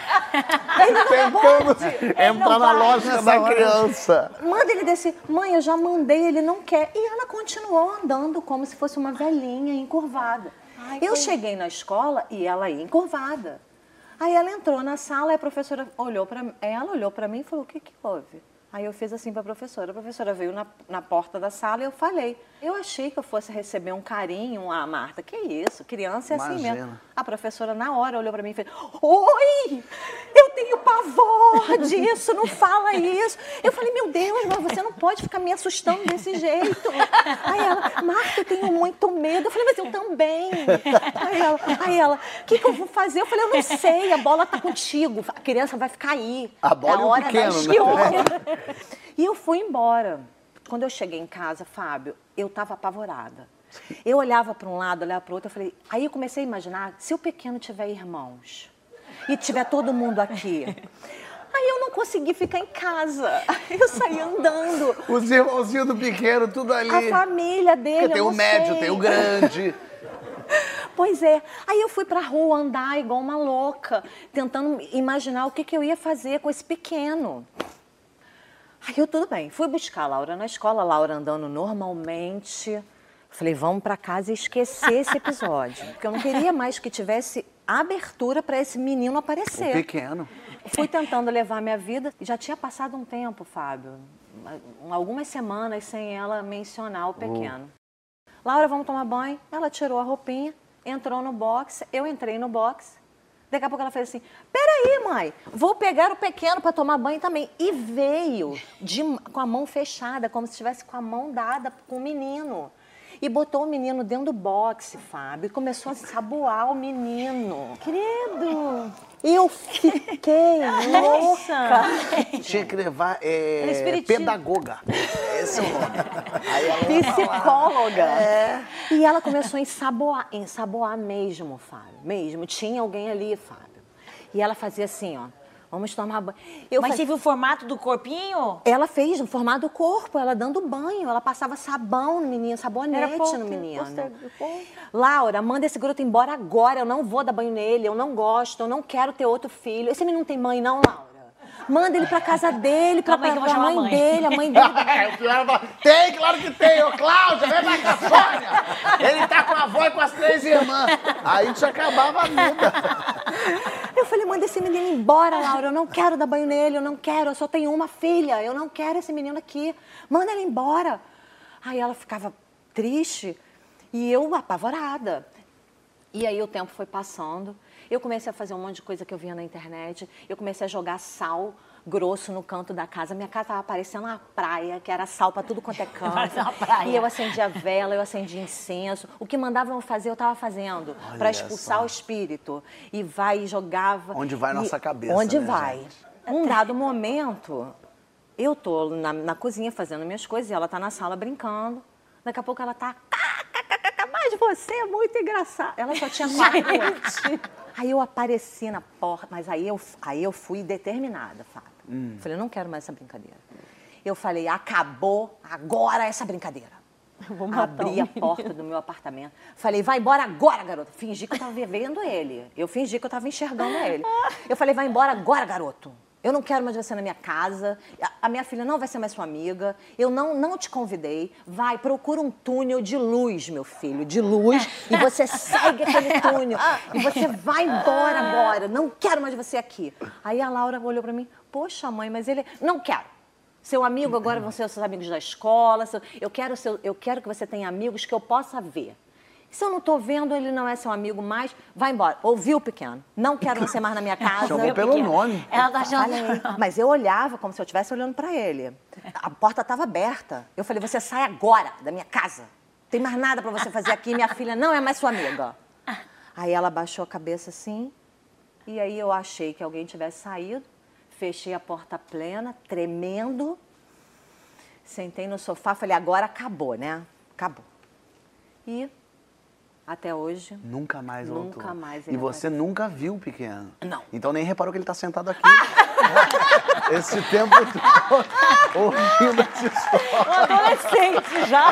Ele não pode. Entrar na lógica da criança. Manda ele descer. Mãe, eu já mandei, ele não quer. E ela continuou andando como se fosse uma velhinha encurvada. Eu cheguei na escola e ela ia encurvada. Aí ela entrou na sala e a professora olhou para mim e falou, o que houve? Aí eu fiz assim para a professora veio na porta da sala e eu falei. Eu achei que eu fosse receber um carinho, Marta, que isso, criança é assim Imagina. mesmo. A professora na hora olhou para mim e fez, oi, eu tenho pavor disso, não fala isso. Eu falei, meu Deus, mas você não pode ficar me assustando desse jeito. Aí ela, Marta, eu tenho muito medo. Eu falei, mas eu também. Aí ela, o que eu vou fazer? Eu falei, eu não sei, a bola tá contigo, a criança vai ficar aí. A bola É e o hora pequeno, da né? escola. E eu fui embora. Quando eu cheguei em casa, Fábio, eu estava apavorada. Eu olhava para um lado, olhava para o outro, eu falei... Aí eu comecei a imaginar, se o pequeno tiver irmãos e tiver todo mundo aqui... Aí eu não consegui ficar em casa. Eu saí andando. Os irmãozinhos do pequeno, tudo ali. A família dele, Porque tem eu o não médio, sei. tem o grande. Pois é. Aí eu fui pra rua andar igual uma louca, tentando imaginar o que eu ia fazer com esse pequeno. Aí eu, tudo bem, fui buscar a Laura na escola, a Laura andando normalmente. Falei, vamos pra casa e esquecer esse episódio. Porque eu não queria mais que tivesse abertura para esse menino aparecer. O pequeno. Fui tentando levar minha vida. Já tinha passado um tempo, Fábio, algumas semanas sem ela mencionar o pequeno. Laura, vamos tomar banho? Ela tirou a roupinha, entrou no box, eu entrei no box. Daqui a pouco ela fez assim, peraí, mãe, vou pegar o pequeno para tomar banho também. E veio com a mão fechada, como se estivesse com a mão dada com o menino. E botou o menino dentro do boxe, Fábio, e começou a saboar o menino. Credo! Eu fiquei louca. Tinha que levar espiritismo. pedagoga. Esse é o nome. Aí ela Psicóloga. E ela começou a ensaboar mesmo, Fábio. Mesmo. Tinha alguém ali, Fábio. E ela fazia assim, ó. Vamos tomar banho. Mas você viu o formato do corpinho? Ela fez no formato do corpo, ela dando banho. Ela passava sabão no menino, sabonete no menino. Laura, manda esse garoto embora agora. Eu não vou dar banho nele, eu não gosto, eu não quero ter outro filho. Esse menino não tem mãe, não, Laura. Manda ele pra casa dele, pra Calma aí que eu vou chamar a mãe. dele, a mãe dele. O pior é tem, claro que tem. Ô, Cláudia, vem pra cá, Sônia. Ele tá com a avó e com as 3 irmãs. Aí te acabava a vida. Eu falei, manda esse menino embora, Laura. Eu não quero dar banho nele, eu não quero. Eu só tenho uma filha, eu não quero esse menino aqui. Manda ele embora. Aí ela ficava triste e eu apavorada. E aí o tempo foi passando. Eu comecei a fazer um monte de coisa que eu via na internet. Eu comecei a jogar sal grosso no canto da casa. Minha casa estava parecendo uma praia, que era sal para tudo quanto é canto. Parece uma praia. E eu acendia vela, eu acendia incenso. O que mandavam eu fazer, eu estava fazendo. Para expulsar só. o espírito. E vai e jogava. Onde vai nossa cabeça, Onde né, vai. gente? Um dado momento, eu tô na cozinha fazendo minhas coisas e ela tá na sala brincando. Daqui a pouco ela tá... Mas você é muito engraçada. Ela só tinha 4 anos. Aí eu apareci na porta, mas aí eu fui determinada, Fábio. Falei, eu não quero mais essa brincadeira. Eu falei, acabou agora essa brincadeira. Abri a porta do meu apartamento. Falei, vai embora agora, garoto. Fingi que eu tava vendo ele. Eu fingi que eu tava enxergando ele. Eu falei, vai embora agora, garoto. Eu não quero mais você na minha casa. A minha filha não vai ser mais sua amiga. Eu não te convidei. Vai, procura um túnel de luz, meu filho, de luz. E você segue aquele túnel. E você vai embora agora. Não quero mais você aqui. Aí a Laura olhou pra mim. Poxa, mãe, mas ele... Não quero. Seu amigo agora vão ser os seus amigos da escola. Eu quero que você tenha amigos que eu possa ver. Se eu não tô vendo, ele não é seu amigo mais, vai embora. Ouviu, pequeno? Não quero você mais na minha casa. Chamou pelo nome. Ela tá achando... Mas eu olhava como se eu estivesse olhando para ele. A porta estava aberta. Eu falei, você sai agora da minha casa. Não tem mais nada para você fazer aqui. Minha filha não é mais sua amiga. Aí ela baixou a cabeça assim. E aí eu achei que alguém tivesse saído. Fechei a porta plena, tremendo. Sentei no sofá, falei, agora acabou, né? Acabou. E... até hoje. Nunca mais voltou. Nunca mais E ele você apareceu. nunca viu o pequeno? Não. Então nem reparou que ele tá sentado aqui. Esse tempo todo ouvindo essa história. Adolescente já.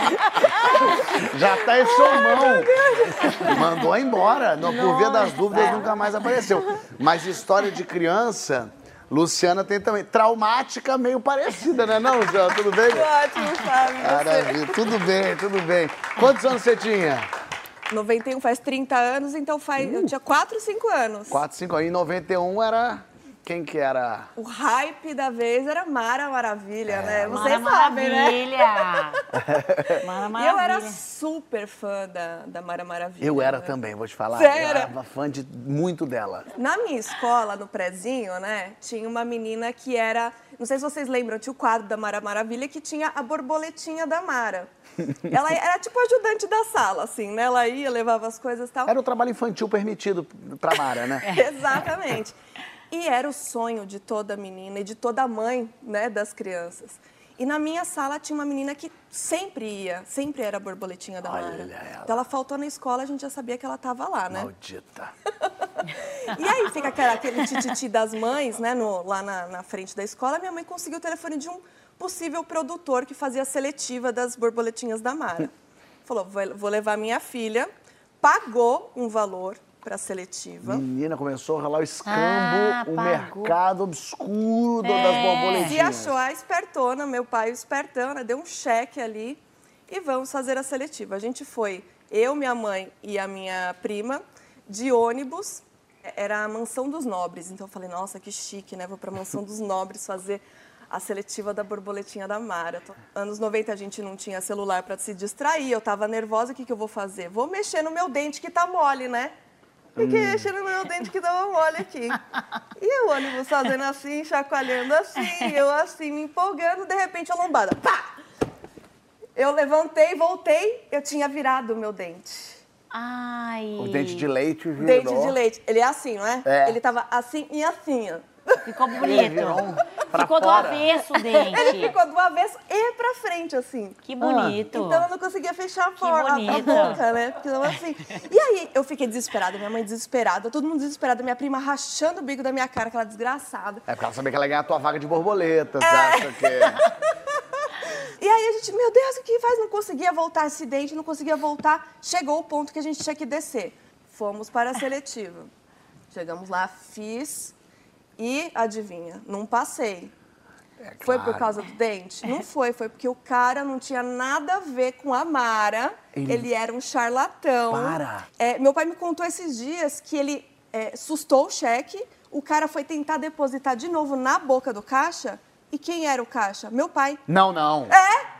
Já tá em sua mão. Mandou embora. Por via das dúvidas, nunca mais apareceu. Mas história de criança, Luciana tem também. Traumática meio parecida, né não, Luciana? Tudo bem? Ótimo, Fábio. Maravilha. Tudo bem, tudo bem. Quantos anos você tinha? 91 faz 30 anos, então eu tinha 4, 5 anos. 4, 5 anos. Em 91 era... Quem que era? O hype da vez era Mara Maravilha, né? Vocês Mara sabem, né? Maravilha. Mara E Maravilha. eu era super fã da Mara Maravilha. Eu era né? também, vou te falar. Sério? Eu era fã de muito dela. Na minha escola, no prézinho, né, tinha uma menina que era... Não sei se vocês lembram, tinha o quadro da Mara Maravilha que tinha a borboletinha da Mara. Ela era tipo ajudante da sala, assim, né? Ela ia, levava as coisas e tal. Era o trabalho infantil permitido pra Mara, né? Exatamente. E era o sonho de toda menina e de toda mãe, né, das crianças. E na minha sala tinha uma menina que sempre era a borboletinha da Mara. Olha ela. Então ela faltou na escola, a gente já sabia que ela estava lá, né? Maldita. E aí fica aquele tititi das mães, né, lá na frente da escola. Minha mãe conseguiu o telefone de um possível produtor que fazia a seletiva das borboletinhas da Mara. Falou, vou levar minha filha, pagou um valor para a seletiva. Menina, começou a rolar o escambo, o pagou. mercado obscuro das borboletinhas. Se achou a espertona, meu pai o espertão, né, deu um cheque ali e vamos fazer a seletiva. A gente foi, eu, minha mãe e a minha prima, de ônibus. Era a Mansão dos Nobres, então eu falei, nossa, que chique, né? Vou para a Mansão dos Nobres fazer a seletiva da borboletinha da Mara. Anos 90 a gente não tinha celular para se distrair, eu estava nervosa, o que eu vou fazer? Vou mexer no meu dente que tá mole, né? Fiquei mexendo no meu dente que tava mole aqui. E o ônibus fazendo assim, chacoalhando assim, eu assim, me empolgando, de repente a lombada, pá! Eu levantei, voltei, eu tinha virado o meu dente. Ai. O dente de leite virou. Dente de leite. Ele é assim, não é? É. Ele tava assim e assim, ó. Ficou bonito. Pra Ficou do fora. avesso o dente. Ele ficou do avesso e pra frente, assim. Que bonito. Então eu não conseguia fechar a bonito. boca, né? Porque tava assim. E aí eu fiquei desesperada, minha mãe desesperada, todo mundo desesperado, minha prima rachando o bico da minha cara, aquela desgraçada. É porque ela sabia que ela ia ganhar a tua vaga de borboleta, você acha que... E aí a gente, meu Deus, o que faz? Não conseguia voltar esse dente, não conseguia voltar. Chegou o ponto que a gente tinha que descer. Fomos para a seletiva. Chegamos lá, fiz e, adivinha, não passei. Foi por causa do dente? Não foi, foi porque o cara não tinha nada a ver com a Mara. Ele era um charlatão. Para! Meu pai me contou esses dias que ele sustou o cheque, o cara foi tentar depositar de novo na boca do caixa. E quem era o caixa? Meu pai. Não, não.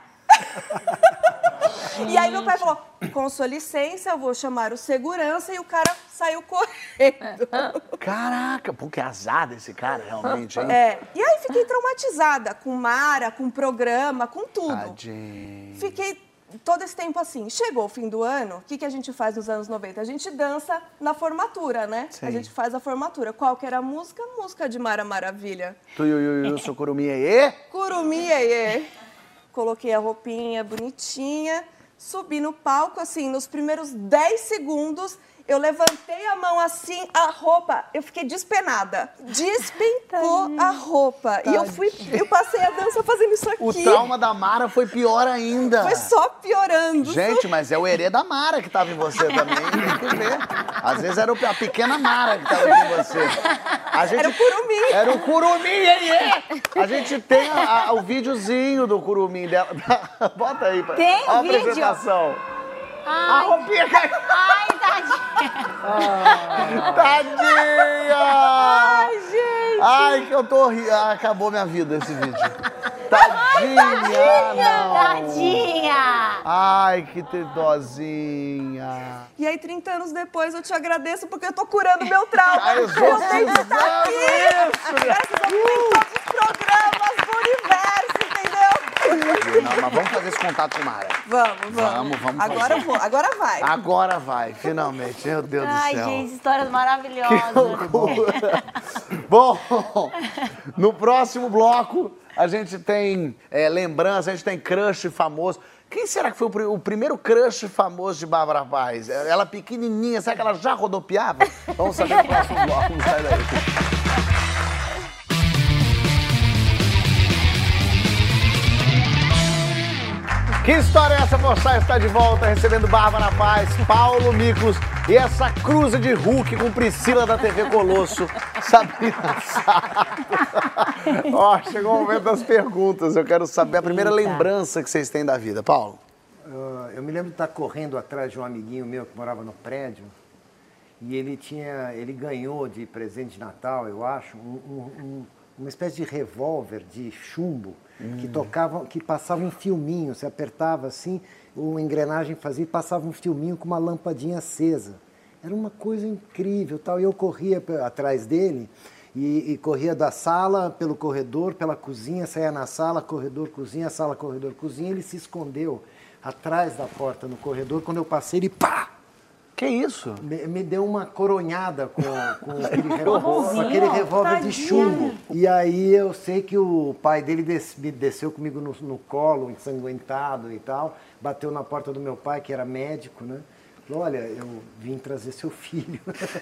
E aí meu pai falou, com sua licença, eu vou chamar o segurança, e o cara saiu correndo. Caraca, pô, que azar desse cara, realmente, hein? E aí fiquei traumatizada com Mara, com programa, com tudo. Tadinho. Fiquei todo esse tempo assim. Chegou o fim do ano, o que a gente faz nos anos 90? A gente dança na formatura, né? Sim. A gente faz a formatura. Qual que era a música? Música de Mara Maravilha. Tuiuiuiu, Sucurumi, iê? Curumi, iê. Coloquei a roupinha bonitinha, subi no palco, assim, nos primeiros 10 segundos, eu levantei a mão assim, a roupa, eu fiquei despenada. Despencou a roupa. E eu passei a dança fazendo isso aqui. O trauma da Mara foi pior ainda. Foi só piorando. Gente, mas é o herê da Mara que tava em você também, tem que ver. Às vezes era a pequena Mara que tava em você. Era o Curumi. Era o Curumi, iê! A gente tem o videozinho do Curumi dela. Bota aí. Tem a vídeo? apresentação. A roupinha caiu. Ai, tadinha. Tadinha! Ai, gente. Ai, que eu tô rindo. Acabou minha vida esse vídeo. Tadinha, não. Tadinha. Ai, que dozinha. E aí, 30 anos depois, eu te agradeço porque eu tô curando meu trauma. Tá Eu tenho que estar exorcizando aqui. isso, né? Graças a Deus, em todos os programas do universo, entendeu? Não, mas vamos fazer esse contato com Mara. Vamos. Vamos Agora fazer. eu vou, agora vai. Agora vai, finalmente. Meu Deus Ai, do céu. gente, histórias maravilhosas. Bom, no próximo bloco a gente tem lembrança, a gente tem crush famoso. Quem será que foi o primeiro crush famoso de Bárbara Paz? Ela pequenininha, será que ela já rodopiava? Vamos saber no próximo bloco, não sai daí. Que história é essa? Moçada está de volta, recebendo Bárbara Paz, Paulo Miklos e essa cruza de Hulk com Priscila da TV Colosso, Sabrina Sato. Ó, chegou o momento das perguntas. Eu quero saber a primeira lembrança que vocês têm da vida. Paulo? Eu me lembro de estar correndo atrás de um amiguinho meu que morava no prédio e ele ganhou de presente de Natal, eu acho, uma espécie de revólver de chumbo que passava um filminho, você apertava assim, uma engrenagem fazia e passava um filminho com uma lampadinha acesa. Era uma coisa incrível, tal. E eu corria atrás dele e corria da sala pelo corredor, pela cozinha, saía na sala, corredor, cozinha, sala, corredor, cozinha. Ele se escondeu atrás da porta no corredor. Quando eu passei, ele pá! Que isso? Me deu uma coronhada com aquele revólver de chumbo. E aí eu sei que o pai dele me desceu comigo no colo, ensanguentado e tal. Bateu na porta do meu pai, que era médico, né? Falou, olha, eu vim trazer seu filho.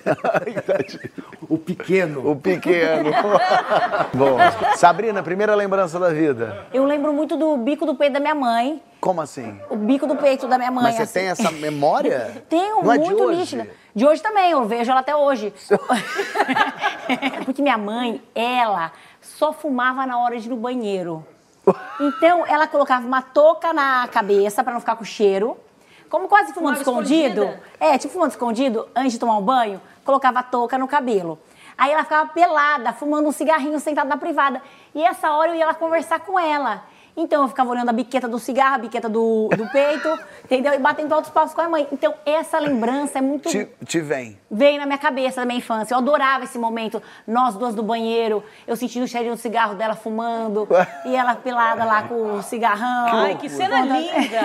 O pequeno. O pequeno. Bom, Sabrina, primeira lembrança da vida. Eu lembro muito do bico do peito da minha mãe. Como assim? O bico do peito da minha mãe. Mas você assim. tem essa memória? Tenho, Não é muito de hoje? nítida. De hoje também, eu vejo ela até hoje. Porque minha mãe, ela só fumava na hora de ir no banheiro. Então, ela colocava uma touca na cabeça pra não ficar com cheiro. Como quase fumando escondido. Tipo fumando escondido, antes de tomar um banho, colocava a touca no cabelo. Aí ela ficava pelada, fumando um cigarrinho sentada na privada. E essa hora eu ia lá conversar com ela. Então eu ficava olhando a biqueta do cigarro, a biqueta do peito, entendeu? E batendo altos passos com a mãe. Então essa lembrança é muito... Te vem. Veio na minha cabeça da minha infância. Eu adorava esse momento. Nós duas no banheiro, eu sentindo o cheirinho do cigarro dela fumando, e ela pelada lá com o cigarrão. Ai, que cena linda!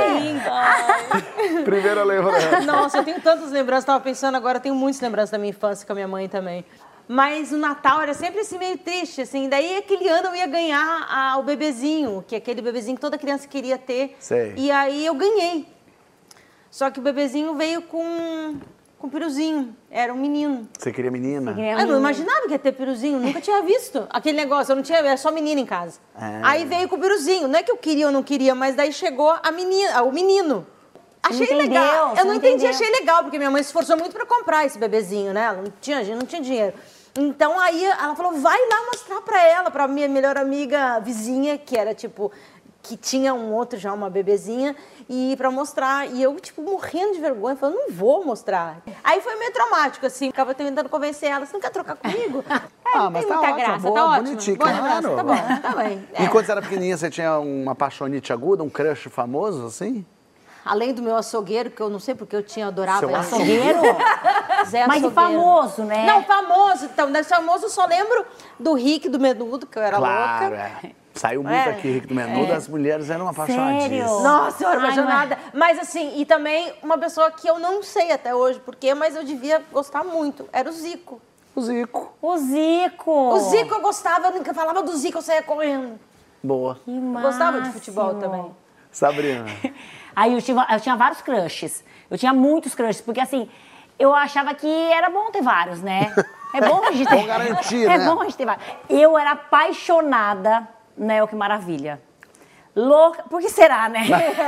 Linda! Primeira lembrança. Nossa, eu tenho tantas lembranças. Estava pensando agora, eu tenho muitas lembranças da minha infância com a minha mãe também. Mas o Natal era sempre assim meio triste, assim. Daí aquele ano eu ia ganhar o bebezinho, que é aquele bebezinho que toda criança queria ter. Sei. E aí eu ganhei. Só que o bebezinho veio com piruzinho. Era um menino. Você queria menina? Eu não imaginava que ia ter piruzinho, nunca tinha visto aquele negócio, eu não tinha, era só menina em casa. Aí veio com o piruzinho, não é que eu queria ou não queria, mas daí chegou o menino. Achei legal, eu não entendi, achei legal, porque minha mãe se esforçou muito pra comprar esse bebezinho, né, ela não tinha dinheiro. Então aí ela falou, vai lá mostrar pra minha melhor amiga vizinha, que era tipo... que tinha uma bebezinha, e pra mostrar, e eu, tipo, morrendo de vergonha, falando, não vou mostrar. Aí foi meio traumático, assim, ficava tentando convencer ela, você não quer trocar comigo? Mas tem tá muita ótimo, graça, boa, tá ótimo. bonitinho, Boa claro. graça, tá bom, tá bem. E quando você era pequenininha, você tinha uma paixonite aguda, um crush famoso, assim? Além do meu açougueiro, que eu não sei porque eu adorava Seu ele. Açougueiro? Zé Mas Açougueiro. famoso, né? Não, famoso. Então, desse famoso eu só lembro do Rick, do Menudo, que eu era Claro, louca. Saiu muito aqui, Rick do Menudo, as mulheres eram apaixonadíssimas. Sério? Nossa, eu era Ai, apaixonada. Mas assim, e também uma pessoa que eu não sei até hoje porquê, mas eu devia gostar muito. Era o Zico. O Zico. O Zico. O Zico eu gostava, eu nunca falava do Zico, eu saía correndo. Boa. Que Eu gostava de futebol também. Sabrina. Aí eu tinha vários crushes. Eu tinha muitos crushes, porque assim, eu achava que era bom ter vários, né? É bom a gente ter. Bom garantir, É né? bom a gente ter vários. Eu era apaixonada, né? Que maravilha. Louca, por que será, né?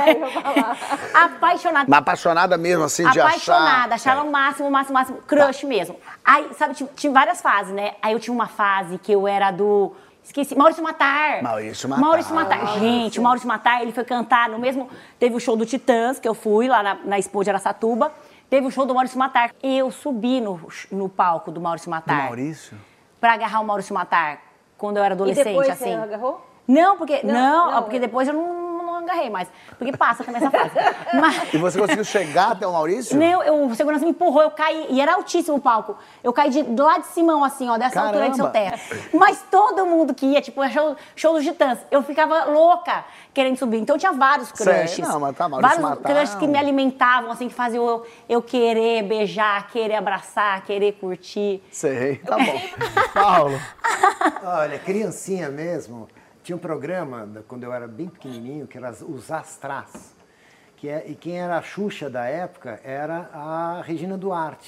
Apaixonada. Mas apaixonada mesmo, assim, de achar... Apaixonada, achava o máximo, crush mesmo. Aí, sabe, tinha várias fases, né? Aí eu tinha uma fase que eu era do... Esqueci, Maurício Matar. Maurício Matar. Maurício Matar. Gente, o Maurício Matar, ele foi cantar no mesmo... Teve o show do Titãs, que eu fui lá na Expo de Araçatuba. Teve o show do Maurício Matar. Eu subi no palco do Maurício Do Matar. Maurício? Pra agarrar o Maurício Matar, quando eu era adolescente, E depois assim. você agarrou? Não, porque Não, depois eu não agarrei mais. Porque passa também essa fase. Mas... E você conseguiu chegar até o Maurício? Não, o segurança me empurrou, eu caí, e era altíssimo o palco. Eu caí do lado de cima, assim, ó, dessa altura de seu teto. Mas todo mundo que ia, tipo, show dos Titãs, eu ficava louca querendo subir. Então tinha vários crushes. Sei, não, mas tá, Maurício vários Matar. crushes que me alimentavam, assim, que faziam eu querer beijar, querer abraçar, querer curtir. Sei, tá bom. Paulo. Olha, criancinha mesmo, tinha um programa, quando eu era bem pequenininho, que era os Astrás. E quem era a Xuxa da época era a Regina Duarte.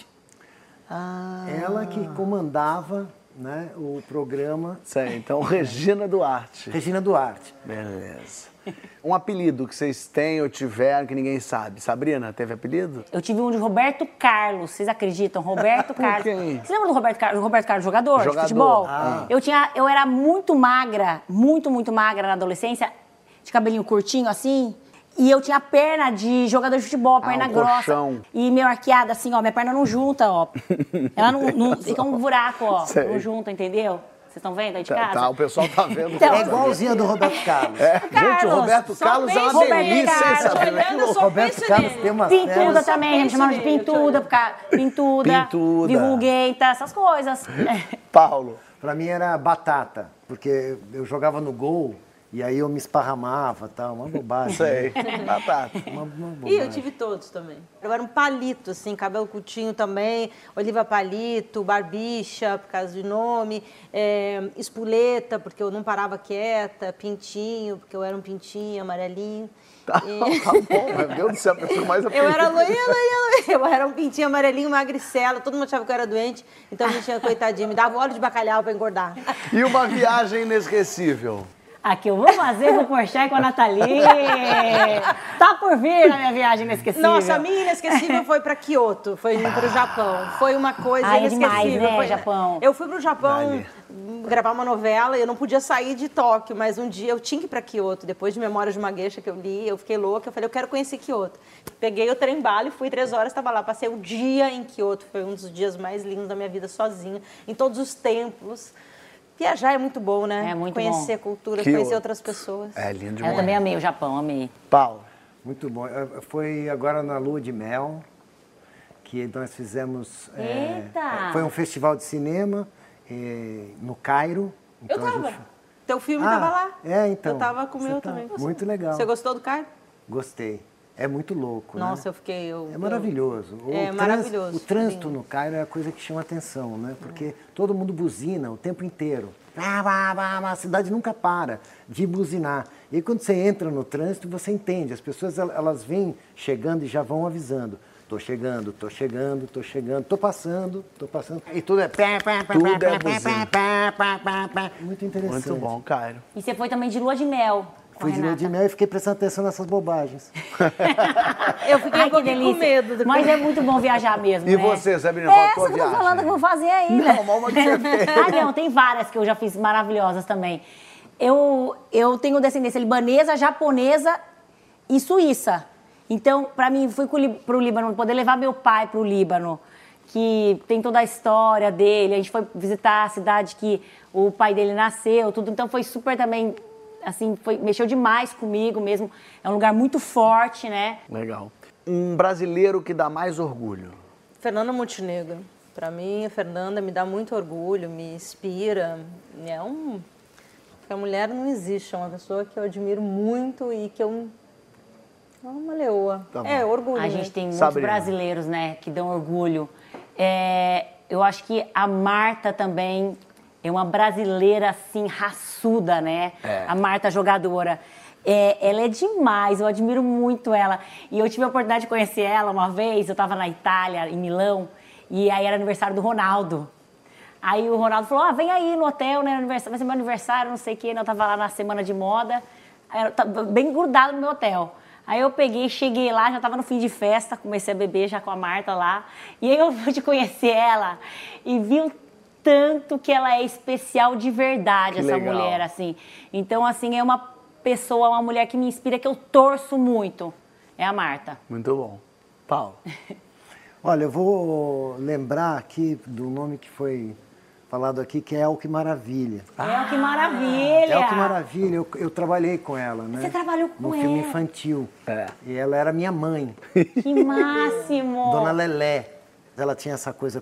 Ela que comandava, né, o programa. Sei, então Regina Duarte. Regina Duarte. Beleza. Um apelido que vocês têm ou tiveram que ninguém sabe. Sabrina, teve apelido? Eu tive um de Roberto Carlos, vocês acreditam? Roberto Carlos. quem? Você lembra do Roberto Carlos? Roberto Carlos, jogador de Jogador. futebol? Ah. Eu era muito magra na adolescência, de cabelinho curtinho assim, e eu tinha perna de jogador de futebol, perna um grossa. colchão. E meio arqueada assim, ó, minha perna não junta, ó. Ela não fica um buraco, ó, Sei. não junta, entendeu? Vocês estão vendo aí de casa? Tá, o pessoal tá vendo. Então, É igualzinha do Roberto Carlos. Gente, o Roberto só Carlos é uma penso nele, delícia, hein, cara. Sabrina? Olhando, eu só Roberto penso Carlos nele. tem umas Pintuda pernas. também, a gente penso chamava de nele, pintuda, porque pintuda, virruguenta, essas coisas. Paulo. Pra mim era batata, porque eu jogava no gol e aí eu me esparramava, tal, uma bobagem. Sei, batata. Uma bobagem. E eu tive todos também. Eu era um palito, assim, cabelo curtinho também, Oliva Palito, Barbicha, por causa de nome, Espuleta, porque eu não parava quieta, Pintinho, porque eu era um pintinho amarelinho. Tá bom, meu Deus do céu, a pessoa mais Eu era apelida. loirinha, eu era um pintinho amarelinho, magricela, todo mundo achava que eu era doente, então a gente tinha, coitadinho, me dava óleo de bacalhau pra engordar. E uma viagem inesquecível? A que eu vou fazer com o Porchat e com a Nathalie. Tá por vir na minha viagem inesquecível. Nossa, a minha inesquecível foi para Kyoto, foi para o Japão. Foi uma coisa Ai, é demais, inesquecível. né, Japão? Eu fui para o Japão Vale. gravar uma novela e eu não podia sair de Tóquio, mas um dia eu tinha que ir para Kyoto. Depois de Memórias de uma Geisha que eu li, eu fiquei louca, eu falei, eu quero conhecer Kyoto. Peguei o trem-bala e fui 3 horas, estava lá. Passei o dia em Kyoto, foi um dos dias mais lindos da minha vida sozinha, em todos os templos. Viajar é muito bom, né? É muito conhecer bom. culturas, Que conhecer outro. outras pessoas. É lindo Eu demais. também amei o Japão, amei. Paulo. Muito bom. Foi agora na Lua de Mel que nós fizemos... Eita! Foi um festival de cinema no Cairo. Eu Então, a tava. gente- Teu filme tava lá. Então. Eu tava com o Você meu tá- também. Muito legal. Você gostou do Cairo? Gostei. É muito louco, Nossa, né? eu fiquei... É maravilhoso. maravilhoso. O trânsito Lindo. no Cairo é a coisa que chama atenção, né? Porque todo mundo buzina o tempo inteiro. A cidade nunca para de buzinar. E aí, quando você entra no trânsito, você entende. As pessoas, elas vêm chegando e já vão avisando. Tô chegando, tô chegando, tô chegando, tô passando. E tudo é... Tudo é buzina. Muito interessante. Muito bom, Cairo. E você foi também de lua de mel com Fui a de lua de Renata. mel e fiquei prestando atenção nessas bobagens. Eu fiquei Ai, um que pouquinho delícia. com medo. Depois. Mas é muito bom viajar mesmo, E né? você, Sabrina, qual a Essa tua que eu tô viagem? falando que eu vou fazer ainda. Não, mas uma que você fez. Ah, não, tem várias que eu já fiz maravilhosas também. Eu tenho descendência libanesa, japonesa e suíça. Então, para mim, fui pro Líbano, poder levar meu pai pro Líbano, que tem toda a história dele. A gente foi visitar a cidade que o pai dele nasceu, tudo. Então, foi super também, assim, mexeu demais comigo mesmo. É um lugar muito forte, né? Legal. Um brasileiro que dá mais orgulho. Fernanda Montenegro. Para mim, a Fernanda me dá muito orgulho, me inspira. A mulher não existe, é uma pessoa que eu admiro muito e que eu... É uma leoa. Tá bom. É, orgulho. A gente tem muitos Sabrina. brasileiros, né, que dão orgulho. Eu acho que a Marta também é uma brasileira, assim, raçuda, né? É. A Marta jogadora. Ela é demais, eu admiro muito ela. E eu tive a oportunidade de conhecer ela uma vez, eu estava na Itália, em Milão, e aí era aniversário do Ronaldo. Aí o Ronaldo falou, vem aí no hotel, né, vai ser meu aniversário, não sei o quê. Eu tava lá na semana de moda, aí eu tava bem grudado no meu hotel. Aí eu cheguei lá, já tava no fim de festa, comecei a beber já com a Marta lá. E aí eu pude conhecer ela e vi o tanto que ela é especial de verdade, Que essa legal. mulher, assim. Então, assim, é uma pessoa, uma mulher que me inspira, que eu torço muito. É a Marta. Muito bom. Paulo. Olha, eu vou lembrar aqui do nome que foi falado aqui, que é El Que Maravilha. Que maravilha! El Que Maravilha, eu trabalhei com ela, né? Você trabalhou com no filme ela? infantil. É. E ela era minha mãe, Que máximo! Dona Lelé. Ela tinha essa coisa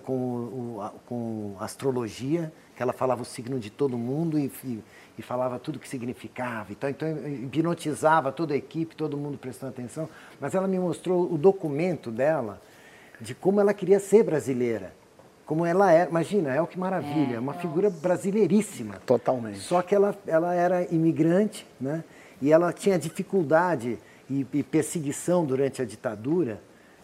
com astrologia, que ela falava o signo de todo mundo e falava tudo que significava. Então hipnotizava toda a equipe, todo mundo prestando atenção. Mas ela me mostrou o documento dela de como ela queria ser brasileira. Como ela é, imagina, El Que Maravilha, uma figura brasileiríssima. Totalmente. Só que ela era imigrante, né? E ela tinha dificuldade e perseguição durante a ditadura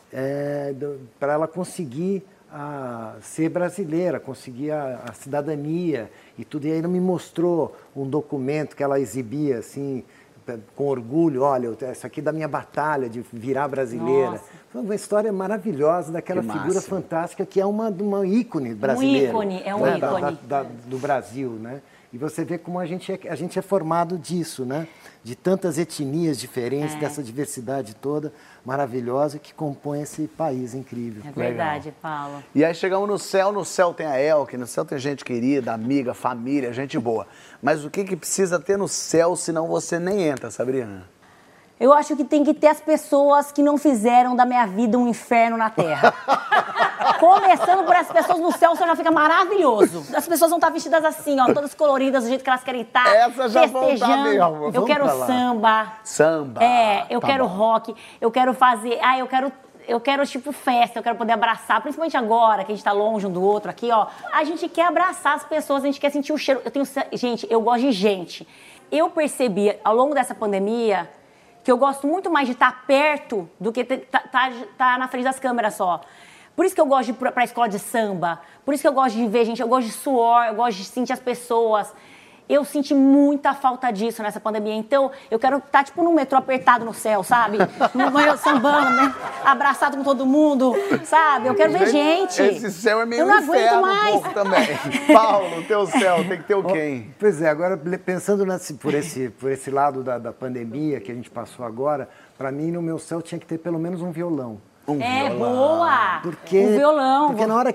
para ela conseguir ser brasileira, conseguir a cidadania e tudo. E aí ela me mostrou um documento que ela exibia, assim, com orgulho, olha, isso aqui é da minha batalha de virar brasileira. Nossa. Foi uma história maravilhosa daquela Que figura máximo. fantástica que é uma ícone brasileira. ícone, é um né, ícone. do Brasil, né? E você vê como a gente é formado disso, né? De tantas etnias diferentes, dessa diversidade toda maravilhosa que compõe esse país incrível. É verdade, Paulo. E aí chegamos no céu tem a Elke, no céu tem gente querida, amiga, família, gente boa. Mas o que precisa ter no céu, senão você nem entra, Sabrina? Eu acho que tem que ter as pessoas que não fizeram da minha vida um inferno na Terra. Começando por essas pessoas no céu, o céu já fica maravilhoso. As pessoas vão estar vestidas assim, ó, todas coloridas, do jeito que elas querem estar. Essas já vão estar festejando. mesmo. Eu Vamos quero pra lá. samba. Samba. Eu Tá quero bom. rock. Eu quero fazer... Eu quero, tipo, festa, eu quero poder abraçar, principalmente agora, que a gente tá longe um do outro aqui, ó. A gente quer abraçar as pessoas, a gente quer sentir o cheiro. Gente, eu gosto de gente. Eu percebi, ao longo dessa pandemia, que eu gosto muito mais de estar perto do que tá na frente das câmeras só. Por isso que eu gosto de ir pra escola de samba, por isso que eu gosto de ver gente, eu gosto de suor, eu gosto de sentir as pessoas. Eu senti muita falta disso nessa pandemia. Então, eu quero estar, tipo, no metrô apertado no céu, sabe? No banho sambando, né? Abraçado com todo mundo, sabe? Eu quero ver gente. Esse céu é meio Eu não aguento inferno um mais. pouco também. Paulo, teu céu tem que ter o quem? Pois é, agora pensando por esse lado da pandemia que a gente passou agora, para mim no meu céu tinha que ter pelo menos um violão. Boa! Porque, Um violão. Porque na hora que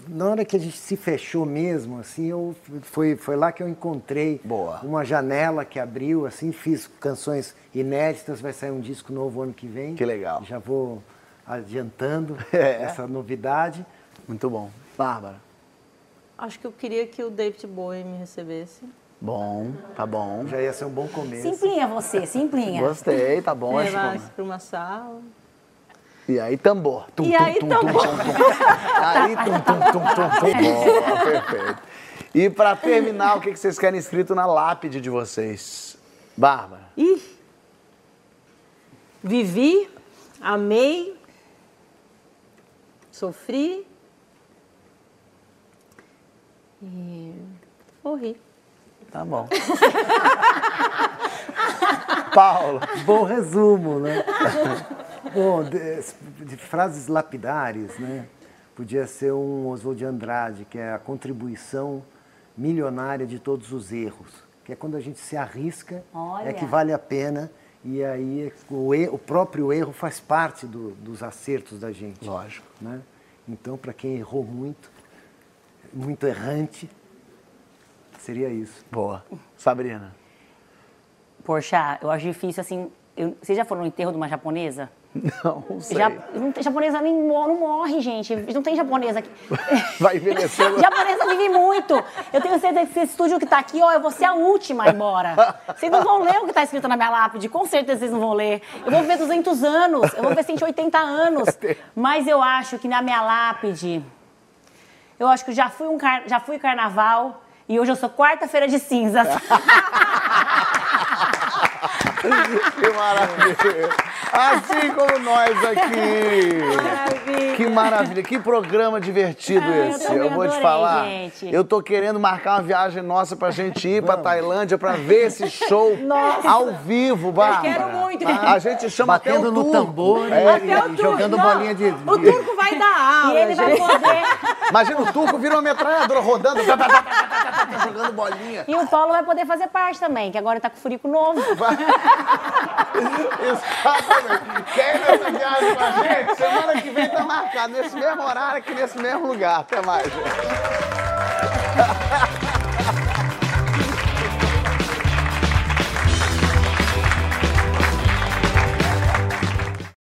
na hora que a gente se fechou mesmo, assim, foi lá que eu encontrei uma janela que abriu, assim, fiz canções inéditas, vai sair um disco novo ano que vem. Que legal. Já vou adiantando essa novidade. Muito bom. Bárbara? Acho que eu queria que o David Bowie me recebesse. Bom, tá bom. Já ia ser um bom começo. Simplinha você, simplinha. Gostei, tá bom. Levar para uma sala. E aí, tambor. Tum, E aí, tambor. Aí, Boa, perfeito. E pra terminar, o que vocês querem escrito na lápide de vocês? Bárbara? Vivi, amei, sofri e morri. Tá bom. Paulo? Bom resumo, né? Bom, de frases lapidares, né? Podia ser um Oswald de Andrade, que é a contribuição milionária de todos os erros. Que é quando a gente se arrisca, é que vale a pena. E aí o próprio erro faz parte dos acertos da gente. Lógico. Né? Então, para quem errou muito errante, seria isso. Boa. Sabrina? Poxa, eu acho difícil, assim... Vocês já foram no enterro de uma japonesa? Não sei. Japonesa não morre, gente. Não tem japonesa aqui. Vai envelhecer. Japonesa vive muito. Eu tenho certeza que esse estúdio que tá aqui, eu vou ser a última a ir embora. Vocês não vão ler o que tá escrito na minha lápide. Com certeza vocês não vão ler. Eu vou ver 200 anos. Eu vou ver 180 anos. Mas eu acho que na minha lápide... Eu acho que já fui carnaval e hoje eu sou quarta-feira de cinzas. Que maravilha! Assim como nós aqui! Maravilha! Que maravilha! Que programa divertido esse! Eu vou te falar. Gente. Eu tô querendo marcar uma viagem nossa pra gente ir pra Tailândia pra ver esse show ao vivo, Bárbara. Eu quero muito. A gente chama Batendo até o no turco. tambor e jogando bolinha de... O turco vai dar aula, E ele vai poder... Imagina o turco vira uma metralhadora rodando, jogando bolinha. E o Paulo vai poder fazer parte também, que agora ele tá com furico novo. Exatamente. Quer ir nessa viagem com a gente? Semana que vem tá marcado, nesse mesmo horário aqui, nesse mesmo lugar. Até mais, gente.